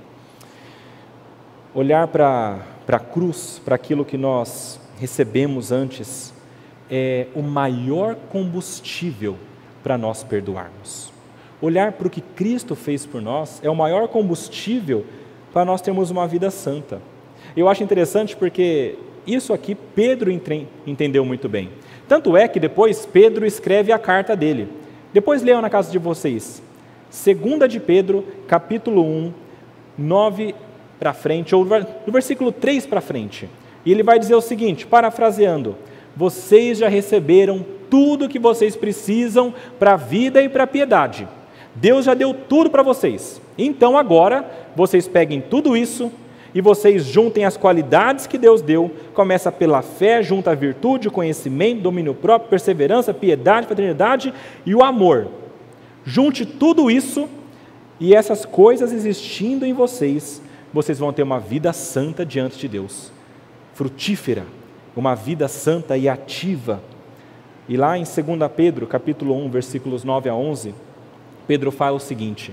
Olhar para a cruz, para aquilo que nós recebemos antes, é o maior combustível para nós perdoarmos. Olhar para o que Cristo fez por nós é o maior combustível para nós termos uma vida santa. Eu acho interessante porque isso aqui Pedro entendeu muito bem. Tanto é que depois Pedro escreve a carta dele. Depois leiam na casa de vocês. 2 de Pedro, capítulo 1, 9 para frente, ou do versículo 3 para frente. E ele vai dizer o seguinte, parafraseando: vocês já receberam tudo o que vocês precisam para a vida e para a piedade. Deus já deu tudo para vocês. Então agora, vocês peguem tudo isso e vocês juntem as qualidades que Deus deu. Começa pela fé, junta a virtude, o conhecimento, domínio próprio, perseverança, piedade, fraternidade e o amor. Junte tudo isso e essas coisas existindo em vocês, vocês vão ter uma vida santa diante de Deus, frutífera, uma vida santa e ativa. E lá em 2 Pedro, capítulo 1, versículos 9 a 11, Pedro fala o seguinte: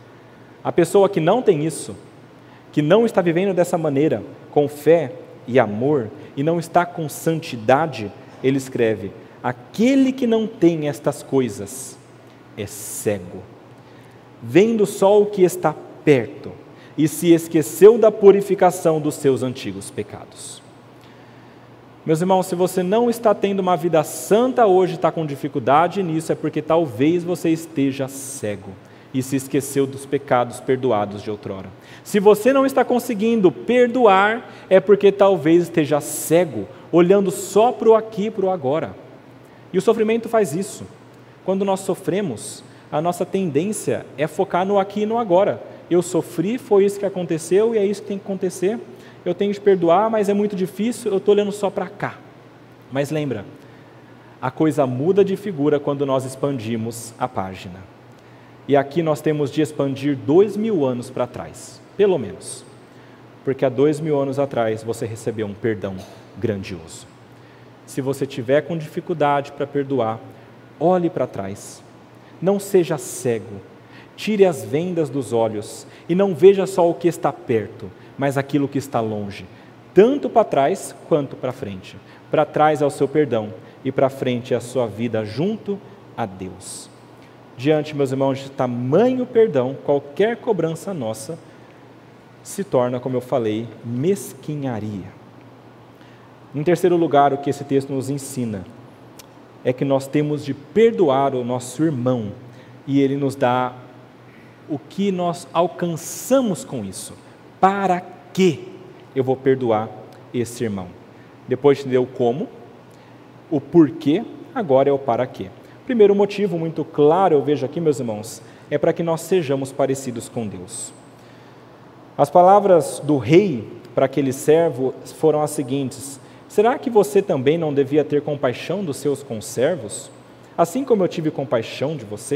a pessoa que não tem isso, que não está vivendo dessa maneira, com fé e amor, e não está com santidade, ele escreve: aquele que não tem estas coisas é cego, vendo só o que está perto, e se esqueceu da purificação dos seus antigos pecados. Meus irmãos, se você não está tendo uma vida santa hoje, está com dificuldade nisso, é porque talvez você esteja cego e se esqueceu dos pecados perdoados de outrora. Se você não está conseguindo perdoar, é porque talvez esteja cego, olhando só para o aqui e para o agora. E o sofrimento faz isso. Quando nós sofremos, a nossa tendência é focar no aqui e no agora. Eu sofri, foi isso que aconteceu e é isso que tem que acontecer. Eu tenho que perdoar, mas é muito difícil, eu estou olhando só para cá. Mas lembra, a coisa muda de figura quando nós expandimos a página. E aqui nós temos de expandir 2000 anos para trás, pelo menos. Porque há 2000 anos atrás você recebeu um perdão grandioso. Se você tiver com dificuldade para perdoar, olhe para trás. Não seja cego. Tire as vendas dos olhos e não veja só o que está perto, mas aquilo que está longe, tanto para trás quanto para frente. Para trás é o seu perdão e para frente é a sua vida junto a Deus. Diante, meus irmãos, de tamanho perdão, qualquer cobrança nossa se torna, como eu falei, mesquinharia. Em terceiro lugar, o que esse texto nos ensina é que nós temos de perdoar o nosso irmão, e Ele nos dá o que nós alcançamos com isso. Para que eu vou perdoar esse irmão? Depois te deu o como, o porquê, agora é o para quê. Primeiro motivo, muito claro, eu vejo aqui, meus irmãos, é para que nós sejamos parecidos com Deus. As palavras do rei para aquele servo foram as seguintes: será que você também não devia ter compaixão dos seus conservos, assim como eu tive compaixão de você?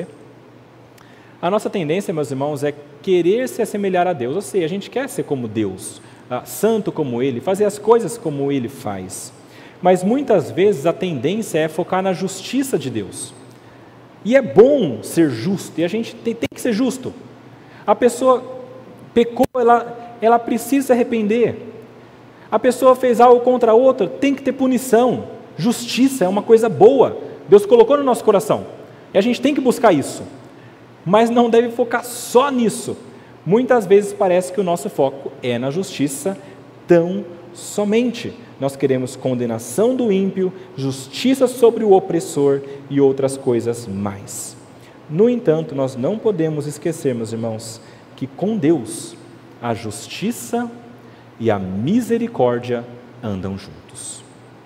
A nossa tendência, meus irmãos, é querer se assemelhar a Deus, ou seja, a gente quer ser como Deus, santo como Ele, fazer as coisas como Ele faz. Mas muitas vezes a tendência é focar na justiça de Deus. E é bom ser justo, e a gente tem que ser justo. A pessoa pecou, ela precisa se arrepender. A pessoa fez algo contra a outra, tem que ter punição. Justiça é uma coisa boa, Deus colocou no nosso coração, e a gente tem que buscar isso. Mas não deve focar só nisso. Muitas vezes parece que o nosso foco é na justiça tão somente. Nós queremos condenação do ímpio, justiça sobre o opressor e outras coisas mais. No entanto, nós não podemos esquecer, meus irmãos, que com Deus a justiça e a misericórdia andam juntos.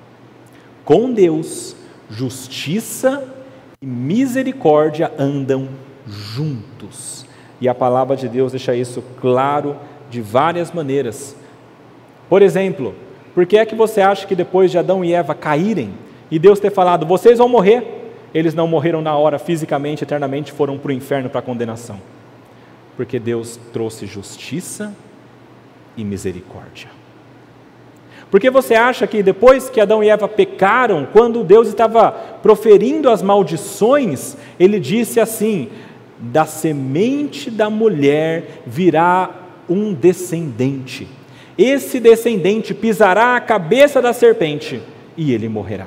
Com Deus, justiça e misericórdia andam juntos. E a palavra de Deus deixa isso claro de várias maneiras. Por exemplo, por que é que você acha que depois de Adão e Eva caírem, e Deus ter falado, vocês vão morrer, eles não morreram na hora fisicamente, eternamente, foram para o inferno, para a condenação? Porque Deus trouxe justiça e misericórdia. Porque você acha que depois que Adão e Eva pecaram, quando Deus estava proferindo as maldições, Ele disse assim, da semente da mulher virá um descendente. Esse descendente pisará a cabeça da serpente e ele morrerá.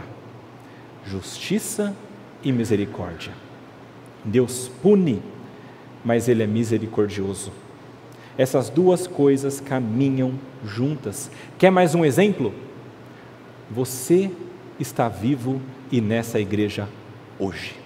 Justiça e misericórdia. Deus pune, mas Ele é misericordioso. Essas duas coisas caminham juntas. Quer mais um exemplo? Você está vivo e nessa igreja hoje.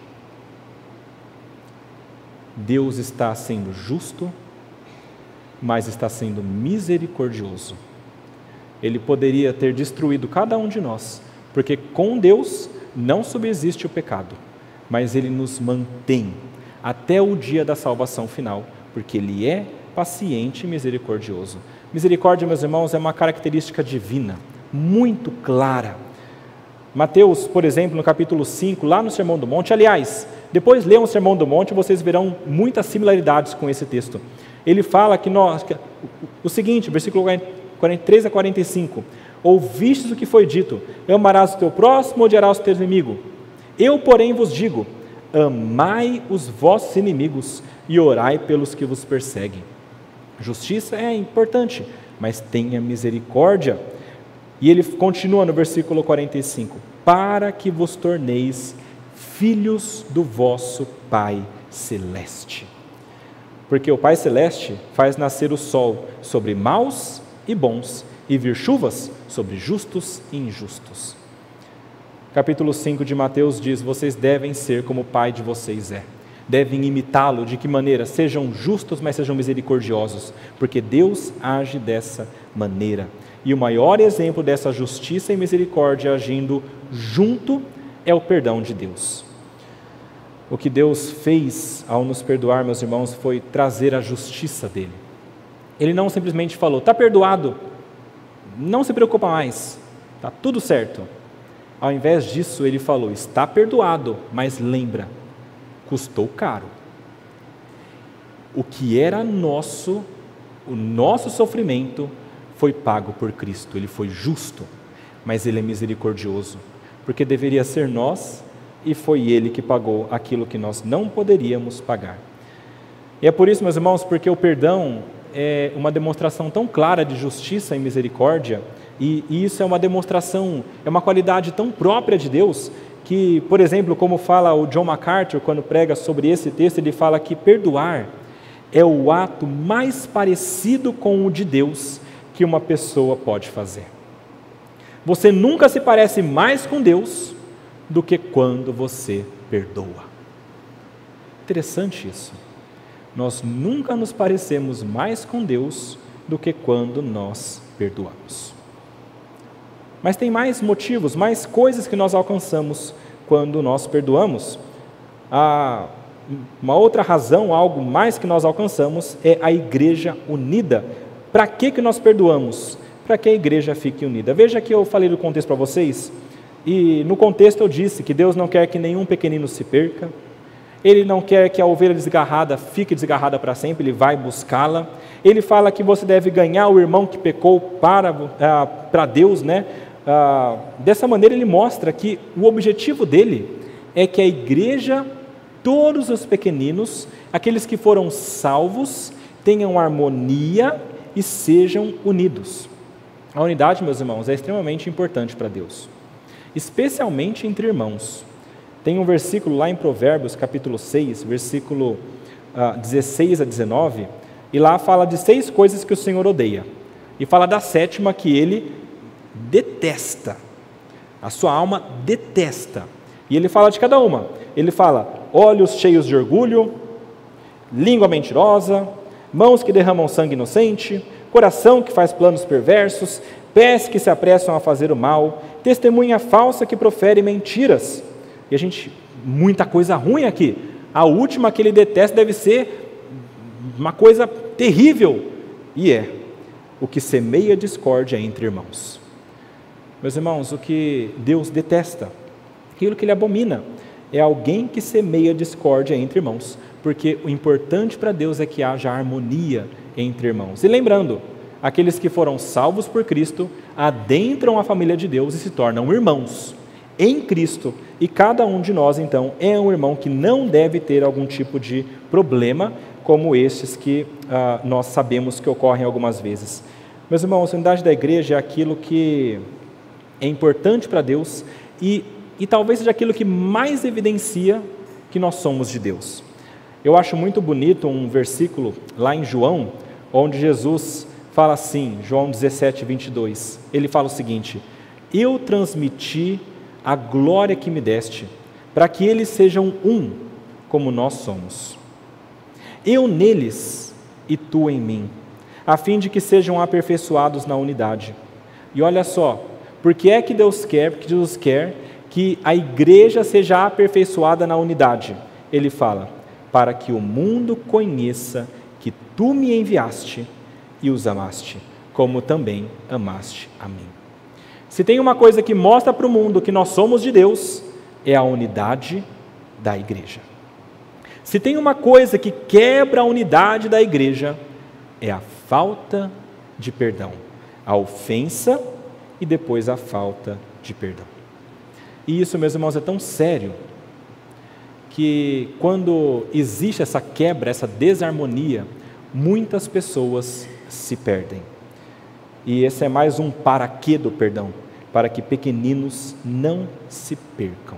Deus está sendo justo, mas está sendo misericordioso. Ele poderia ter destruído cada um de nós, porque com Deus não subsiste o pecado, mas Ele nos mantém até o dia da salvação final, porque Ele é paciente e misericordioso. Misericórdia, meus irmãos, é uma característica divina, muito clara. Mateus, por exemplo, no capítulo 5, lá no Sermão do Monte, aliás, depois leiam o Sermão do Monte, vocês verão muitas similaridades com esse texto. Ele fala o seguinte, versículo 43 a 45, ouvistes o que foi dito, amarás o teu próximo, odiarás o teu inimigo. Eu, porém, vos digo, amai os vossos inimigos e orai pelos que vos perseguem. Justiça é importante, mas tenha misericórdia. E ele continua no versículo 45, para que vos torneis filhos do vosso Pai Celeste. Porque o Pai Celeste faz nascer o sol sobre maus e bons, e vir chuvas sobre justos e injustos. Capítulo 5 de Mateus diz, vocês devem ser como o Pai de vocês é. Devem imitá-lo, de que maneira? Sejam justos, mas sejam misericordiosos, porque Deus age dessa maneira. E o maior exemplo dessa justiça e misericórdia agindo junto é o perdão de Deus. O que Deus fez ao nos perdoar, meus irmãos, foi trazer a justiça dele. Ele não simplesmente falou, está perdoado, não se preocupa mais, está tudo certo. Ao invés disso, ele falou, está perdoado, mas lembra, custou caro. O que era nosso, o nosso sofrimento, foi pago por Cristo. Ele foi justo, mas Ele é misericordioso, porque deveria ser nós, e foi Ele que pagou aquilo que nós não poderíamos pagar. E é por isso, meus irmãos, porque o perdão é uma demonstração tão clara de justiça e misericórdia, e isso é uma demonstração, é uma qualidade tão própria de Deus, que, por exemplo, como fala o John MacArthur, quando prega sobre esse texto, ele fala que perdoar é o ato mais parecido com o de Deus que uma pessoa pode fazer. Você nunca se parece mais com Deus do que quando você perdoa. Interessante isso. Nós nunca nos parecemos mais com Deus do que quando nós perdoamos. Mas tem mais motivos, mais coisas que nós alcançamos quando nós perdoamos. Uma outra razão, algo mais que nós alcançamos, é a igreja unida. Para que nós perdoamos? Para que a igreja fique unida. Veja que eu falei do contexto para vocês, e no contexto eu disse que Deus não quer que nenhum pequenino se perca, Ele não quer que a ovelha desgarrada fique desgarrada para sempre, Ele vai buscá-la. Ele fala que você deve ganhar o irmão que pecou para Deus, né? Dessa maneira Ele mostra que o objetivo dele é que a igreja, todos os pequeninos, aqueles que foram salvos, tenham harmonia e sejam unidos. A unidade, meus irmãos, é extremamente importante para Deus, especialmente entre irmãos. Tem um versículo lá em Provérbios, capítulo 6, versículo 16 a 19, e lá fala de 6 coisas que o Senhor odeia, e fala da 7ª que Ele detesta, a sua alma detesta, e Ele fala de cada uma. Ele fala: olhos cheios de orgulho, língua mentirosa, mãos que derramam sangue inocente, coração que faz planos perversos, pés que se apressam a fazer o mal, testemunha falsa que profere mentiras. E muita coisa ruim aqui. A última que ele detesta deve ser uma coisa terrível, e é o que semeia discórdia entre irmãos. Meus irmãos, o que Deus detesta, aquilo que Ele abomina, é alguém que semeia discórdia entre irmãos, porque o importante para Deus é que haja harmonia entre irmãos. E lembrando, aqueles que foram salvos por Cristo adentram a família de Deus e se tornam irmãos em Cristo, e cada um de nós, então, é um irmão que não deve ter algum tipo de problema, como estes que nós sabemos que ocorrem algumas vezes. Meus irmãos, a unidade da igreja é aquilo que é importante para Deus, e talvez seja aquilo que mais evidencia que nós somos de Deus. Eu acho muito bonito um versículo lá em João, onde Jesus fala assim, João 17, 22, ele fala o seguinte: eu transmiti a glória que me deste, para que eles sejam um, como nós somos. Eu neles e tu em mim, a fim de que sejam aperfeiçoados na unidade. E olha só, porque é que Deus quer, porque Jesus quer que a igreja seja aperfeiçoada na unidade. Ele fala: para que o mundo conheça que tu me enviaste e os amaste, como também amaste a mim. Se tem uma coisa que mostra para o mundo que nós somos de Deus, é a unidade da igreja. Se tem uma coisa que quebra a unidade da igreja, é a falta de perdão, a ofensa e depois a falta de perdão. E isso, meus irmãos, é tão sério, que quando existe essa quebra, essa desarmonia, muitas pessoas se perdem. E esse é mais um para quê do perdão, para que pequeninos não se percam.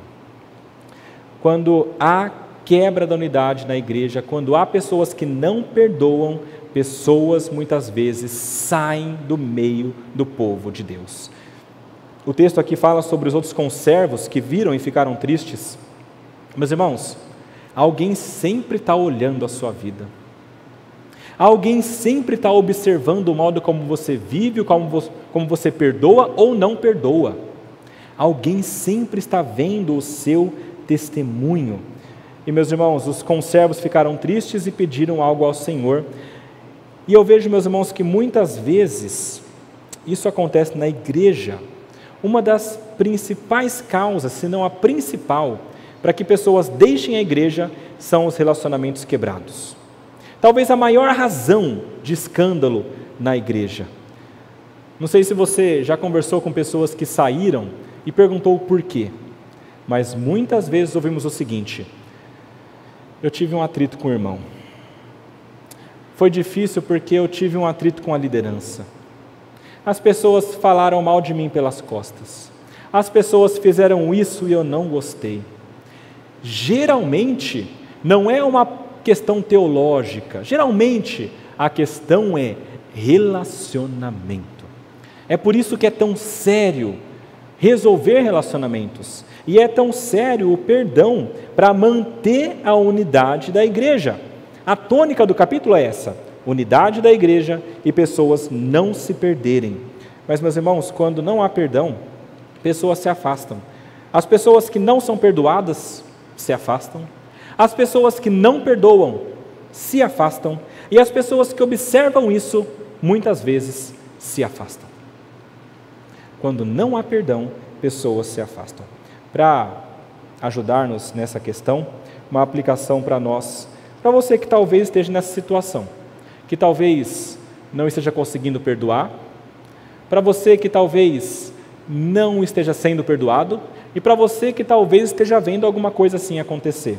Quando há quebra da unidade na igreja, quando há pessoas que não perdoam, pessoas muitas vezes saem do meio do povo de Deus. O texto aqui fala sobre os outros conservos que viram e ficaram tristes. Meus irmãos, alguém sempre está olhando a sua vida. Alguém sempre está observando o modo como você vive, como você perdoa ou não perdoa. Alguém sempre está vendo o seu testemunho. E, meus irmãos, os conservos ficaram tristes e pediram algo ao Senhor. E eu vejo, meus irmãos, que muitas vezes isso acontece na igreja. Uma das principais causas, se não a principal, para que pessoas deixem a igreja são os relacionamentos quebrados. Talvez a maior razão de escândalo na igreja. Não sei se você já conversou com pessoas que saíram e perguntou o porquê, mas muitas vezes ouvimos o seguinte: eu tive um atrito com o irmão. Foi difícil porque eu tive um atrito com a liderança. As pessoas falaram mal de mim pelas costas. As pessoas fizeram isso e eu não gostei. Geralmente, não é uma questão teológica. Geralmente, a questão é relacionamento. É por isso que é tão sério resolver relacionamentos. E é tão sério o perdão para manter a unidade da igreja. A tônica do capítulo é essa: unidade da igreja e pessoas não se perderem. Mas, meus irmãos, quando não há perdão, pessoas se afastam. As pessoas que não são perdoadas se afastam. As pessoas que não perdoam se afastam. E as pessoas que observam isso, muitas vezes, se afastam. Quando não há perdão, pessoas se afastam. Para ajudar-nos nessa questão, uma aplicação para nós, para você que talvez esteja nessa situação, que talvez não esteja conseguindo perdoar, para você que talvez não esteja sendo perdoado, e para você que talvez esteja vendo alguma coisa assim acontecer.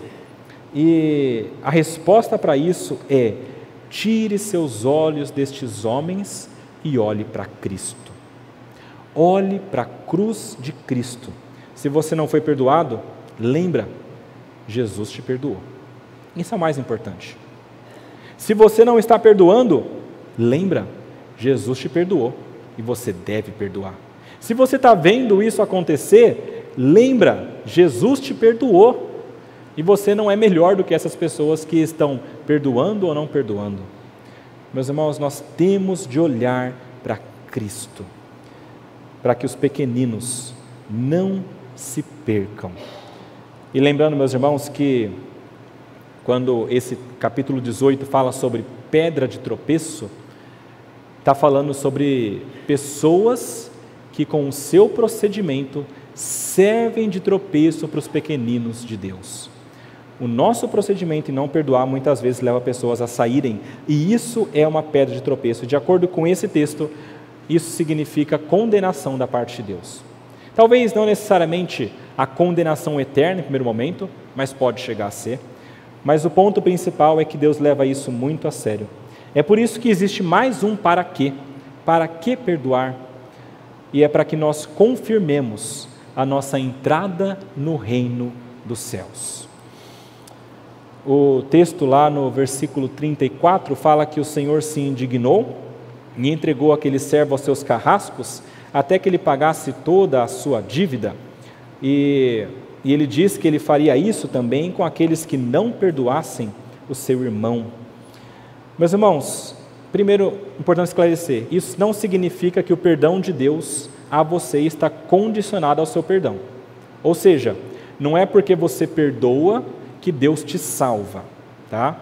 E a resposta para isso é: tire seus olhos destes homens e olhe para Cristo. Olhe para a cruz de Cristo. Se você não foi perdoado, lembra, Jesus te perdoou. Isso é o mais importante. Se você não está perdoando, lembra, Jesus te perdoou e você deve perdoar. Se você está vendo isso acontecer, lembra, Jesus te perdoou e você não é melhor do que essas pessoas que estão perdoando ou não perdoando. Meus irmãos, nós temos de olhar para Cristo, para que os pequeninos não se percam. E lembrando, meus irmãos, que quando esse capítulo 18 fala sobre pedra de tropeço, está falando sobre pessoas que com o seu procedimento servem de tropeço para os pequeninos de Deus. O nosso procedimento em não perdoar muitas vezes leva pessoas a saírem, e isso é uma pedra de tropeço. De acordo com esse texto, isso significa condenação da parte de Deus. Talvez não necessariamente a condenação eterna em primeiro momento, mas pode chegar a ser. Mas o ponto principal é que Deus leva isso muito a sério. É por isso que existe mais um para quê. Para que perdoar? E é para que nós confirmemos a nossa entrada no reino dos céus. O texto lá no versículo 34 fala que o Senhor se indignou e entregou aquele servo aos seus carrascos até que ele pagasse toda a sua dívida. E ele diz que ele faria isso também com aqueles que não perdoassem o seu irmão. Meus irmãos, primeiro, importante esclarecer, isso não significa que o perdão de Deus a você está condicionado ao seu perdão. Ou seja, não é porque você perdoa que Deus te salva, tá?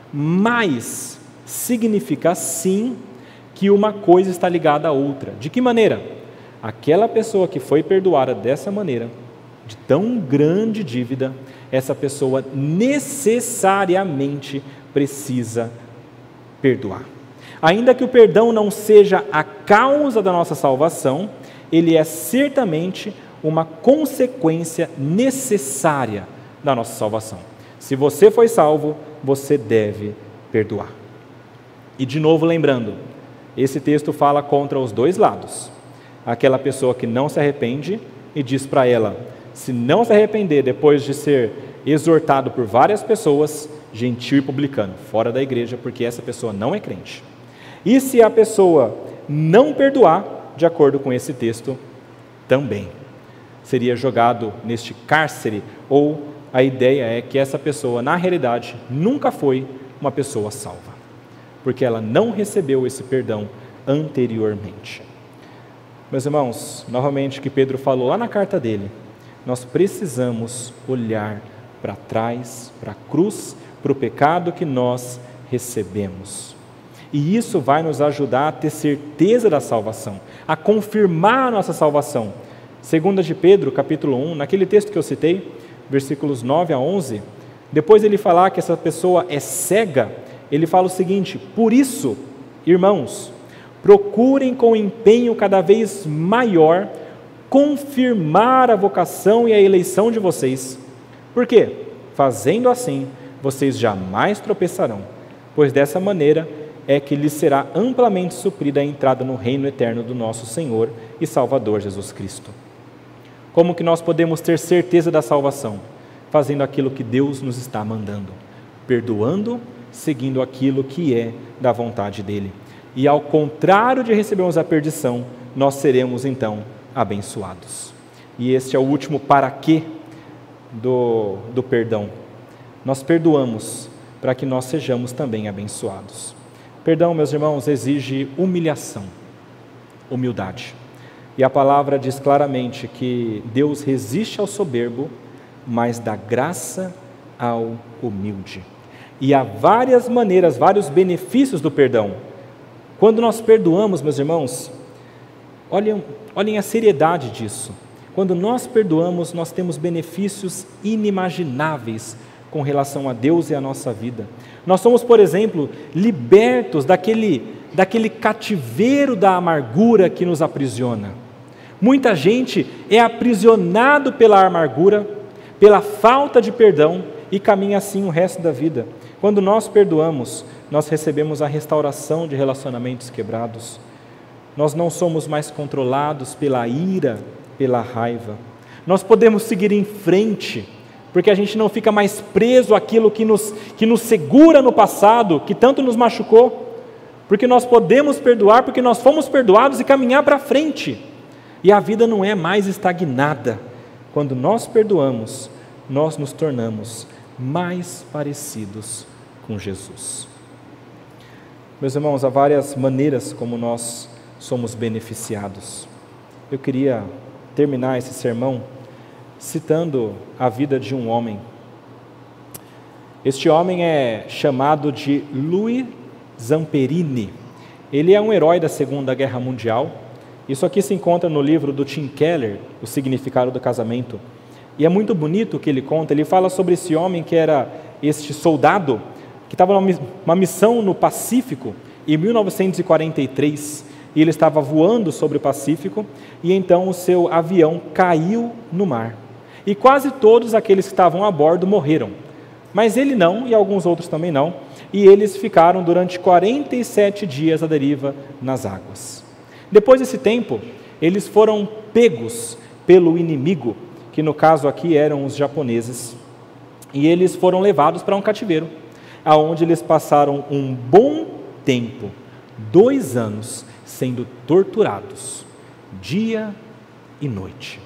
Mas significa sim que uma coisa está ligada à outra. De que maneira? Aquela pessoa que foi perdoada dessa maneira, de tão grande dívida, essa pessoa necessariamente precisa perdoar. Ainda que o perdão não seja a causa da nossa salvação, ele é certamente uma consequência necessária da nossa salvação. Se você foi salvo, você deve perdoar. E de novo lembrando, esse texto fala contra os dois lados. Aquela pessoa que não se arrepende e diz para ela, se não se arrepender depois de ser exortado por várias pessoas, gentil e publicano, fora da igreja, porque essa pessoa não é crente. E se a pessoa não perdoar, de acordo com esse texto, também seria jogado neste cárcere, ou a ideia é que essa pessoa, na realidade, nunca foi uma pessoa salva, porque ela não recebeu esse perdão anteriormente. Meus irmãos, novamente o que Pedro falou lá na carta dele, nós precisamos olhar para trás, para a cruz, para o pecado que nós recebemos. E isso vai nos ajudar a ter certeza da salvação, a confirmar a nossa salvação. 2 de Pedro, capítulo 1, naquele texto que eu citei, versículos 9 a 11, depois ele falar que essa pessoa é cega, ele fala o seguinte: por isso, irmãos, procurem com empenho cada vez maior confirmar a vocação e a eleição de vocês. Por quê? Fazendo assim, vocês jamais tropeçarão, pois dessa maneira é que lhes será amplamente suprida a entrada no reino eterno do nosso Senhor e Salvador Jesus Cristo. Como que nós podemos ter certeza da salvação? Fazendo aquilo que Deus nos está mandando, perdoando, seguindo aquilo que é da vontade dEle. E ao contrário de recebermos a perdição, nós seremos então abençoados. E este é o último para quê do perdão. Nós perdoamos para que nós sejamos também abençoados. Perdão, meus irmãos, exige humilhação, humildade. E a palavra diz claramente que Deus resiste ao soberbo, mas dá graça ao humilde. E há várias maneiras, vários benefícios do perdão. Quando nós perdoamos, meus irmãos, olhem a seriedade disso. Quando nós perdoamos, nós temos benefícios inimagináveis com relação a Deus e a nossa vida. Nós somos, por exemplo, libertos daquele cativeiro da amargura que nos aprisiona. Muita gente é aprisionado pela amargura, pela falta de perdão e caminha assim o resto da vida. Quando nós perdoamos, nós recebemos a restauração de relacionamentos quebrados. Nós não somos mais controlados pela ira, pela raiva. Nós podemos seguir em frente, porque a gente não fica mais preso àquilo que nos segura no passado, que tanto nos machucou, porque nós podemos perdoar, porque nós fomos perdoados e caminhar para frente. E a vida não é mais estagnada. Quando nós perdoamos, nós nos tornamos mais parecidos com Jesus. Meus irmãos, há várias maneiras como nós somos beneficiados. Eu queria terminar esse sermão citando a vida de um homem. Este homem é chamado de Louis Zamperini. Ele é um herói da Segunda Guerra Mundial. Isso aqui se encontra no livro do Tim Keller, O Significado do Casamento. E é muito bonito o que ele conta. Ele fala sobre esse homem que era este soldado que estava numa missão no Pacífico em 1943. E ele estava voando sobre o Pacífico e então o seu avião caiu no mar. E quase todos aqueles que estavam a bordo morreram. Mas ele não, e alguns outros também não. E eles ficaram durante 47 dias à deriva nas águas. Depois desse tempo, eles foram pegos pelo inimigo, que no caso aqui eram os japoneses. E eles foram levados para um cativeiro, aonde eles passaram um bom tempo, 2 anos, sendo torturados, dia e noite.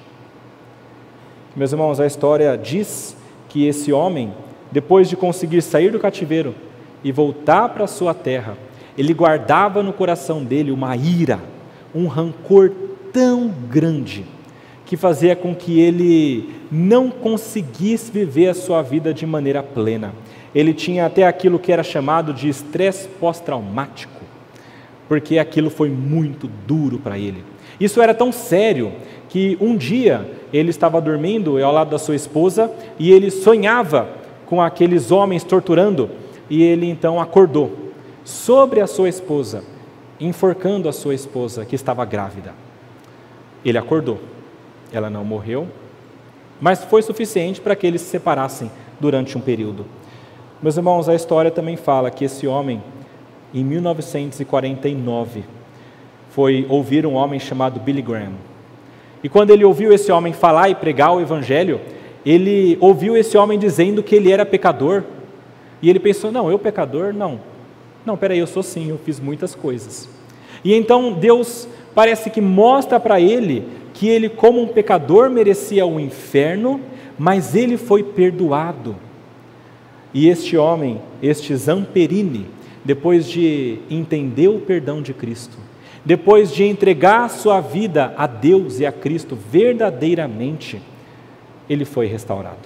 Meus irmãos, a história diz que esse homem, depois de conseguir sair do cativeiro e voltar para a sua terra, ele guardava no coração dele uma ira, um rancor tão grande, que fazia com que ele não conseguisse viver a sua vida de maneira plena. Ele tinha até aquilo que era chamado de estresse pós-traumático, porque aquilo foi muito duro para ele. Isso era tão sério que um dia ele estava dormindo ao lado da sua esposa e ele sonhava com aqueles homens torturando, e ele então acordou sobre a sua esposa, enforcando a sua esposa que estava grávida. Ele acordou, ela não morreu, mas foi suficiente para que eles se separassem durante um período. Meus irmãos, a história também fala que esse homem, em 1949, foi ouvir um homem chamado Billy Graham. E quando ele ouviu esse homem falar e pregar o evangelho, ele ouviu esse homem dizendo que ele era pecador. E ele pensou, não, eu pecador? Não, peraí, eu sou sim, eu fiz muitas coisas. E então Deus parece que mostra para ele que ele, como um pecador, merecia o inferno, mas ele foi perdoado. E este homem, este Zamperini, depois de entender o perdão de Cristo, depois de entregar sua vida a Deus e a Cristo verdadeiramente, ele foi restaurado.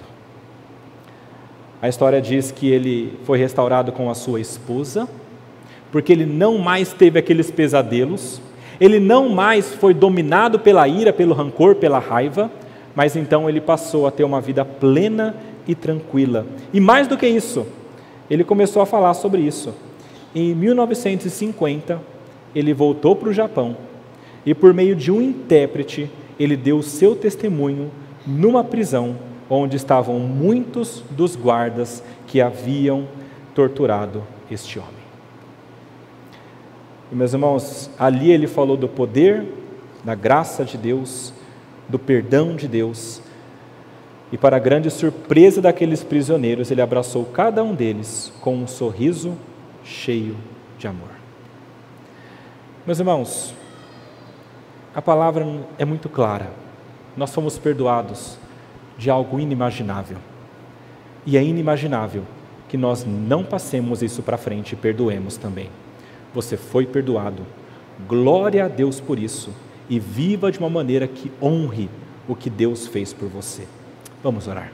A história diz que ele foi restaurado com a sua esposa, porque ele não mais teve aqueles pesadelos, ele não mais foi dominado pela ira, pelo rancor, pela raiva, mas então ele passou a ter uma vida plena e tranquila. E mais do que isso, ele começou a falar sobre isso. Em 1950, ele voltou para o Japão e, por meio de um intérprete, ele deu o seu testemunho numa prisão onde estavam muitos dos guardas que haviam torturado este homem. E, meus irmãos, ali ele falou do poder, da graça de Deus, do perdão de Deus, e para a grande surpresa daqueles prisioneiros, ele abraçou cada um deles com um sorriso cheio de amor. Meus irmãos, a palavra é muito clara. nós fomos perdoados de algo inimaginável. E é inimaginável que nós não passemos isso para frente e perdoemos também. Você foi perdoado. Glória a Deus por isso. E viva de uma maneira que honre o que Deus fez por você. Vamos orar.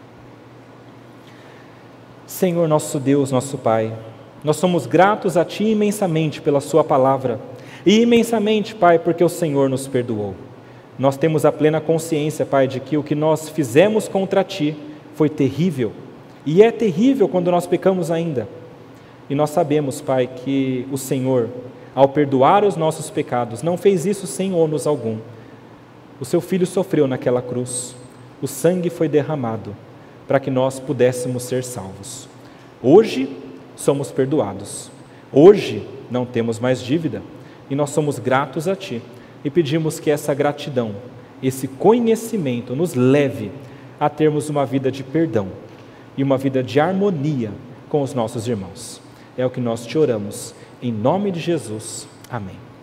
Senhor, nosso Deus, nosso Pai, nós somos gratos a Ti imensamente pela Sua palavra e imensamente, Pai, porque o Senhor nos perdoou. Nós temos a plena consciência, Pai, de que o que nós fizemos contra Ti foi terrível e é terrível quando nós pecamos ainda. E nós sabemos, Pai, que o Senhor, ao perdoar os nossos pecados, não fez isso sem ônus algum. O Seu Filho sofreu naquela cruz, o sangue foi derramado para que nós pudéssemos ser salvos. Hoje somos perdoados, hoje não temos mais dívida e nós somos gratos a Ti e pedimos que essa gratidão, esse conhecimento nos leve a termos uma vida de perdão e uma vida de harmonia com os nossos irmãos. É o que nós te oramos, em nome de Jesus. Amém.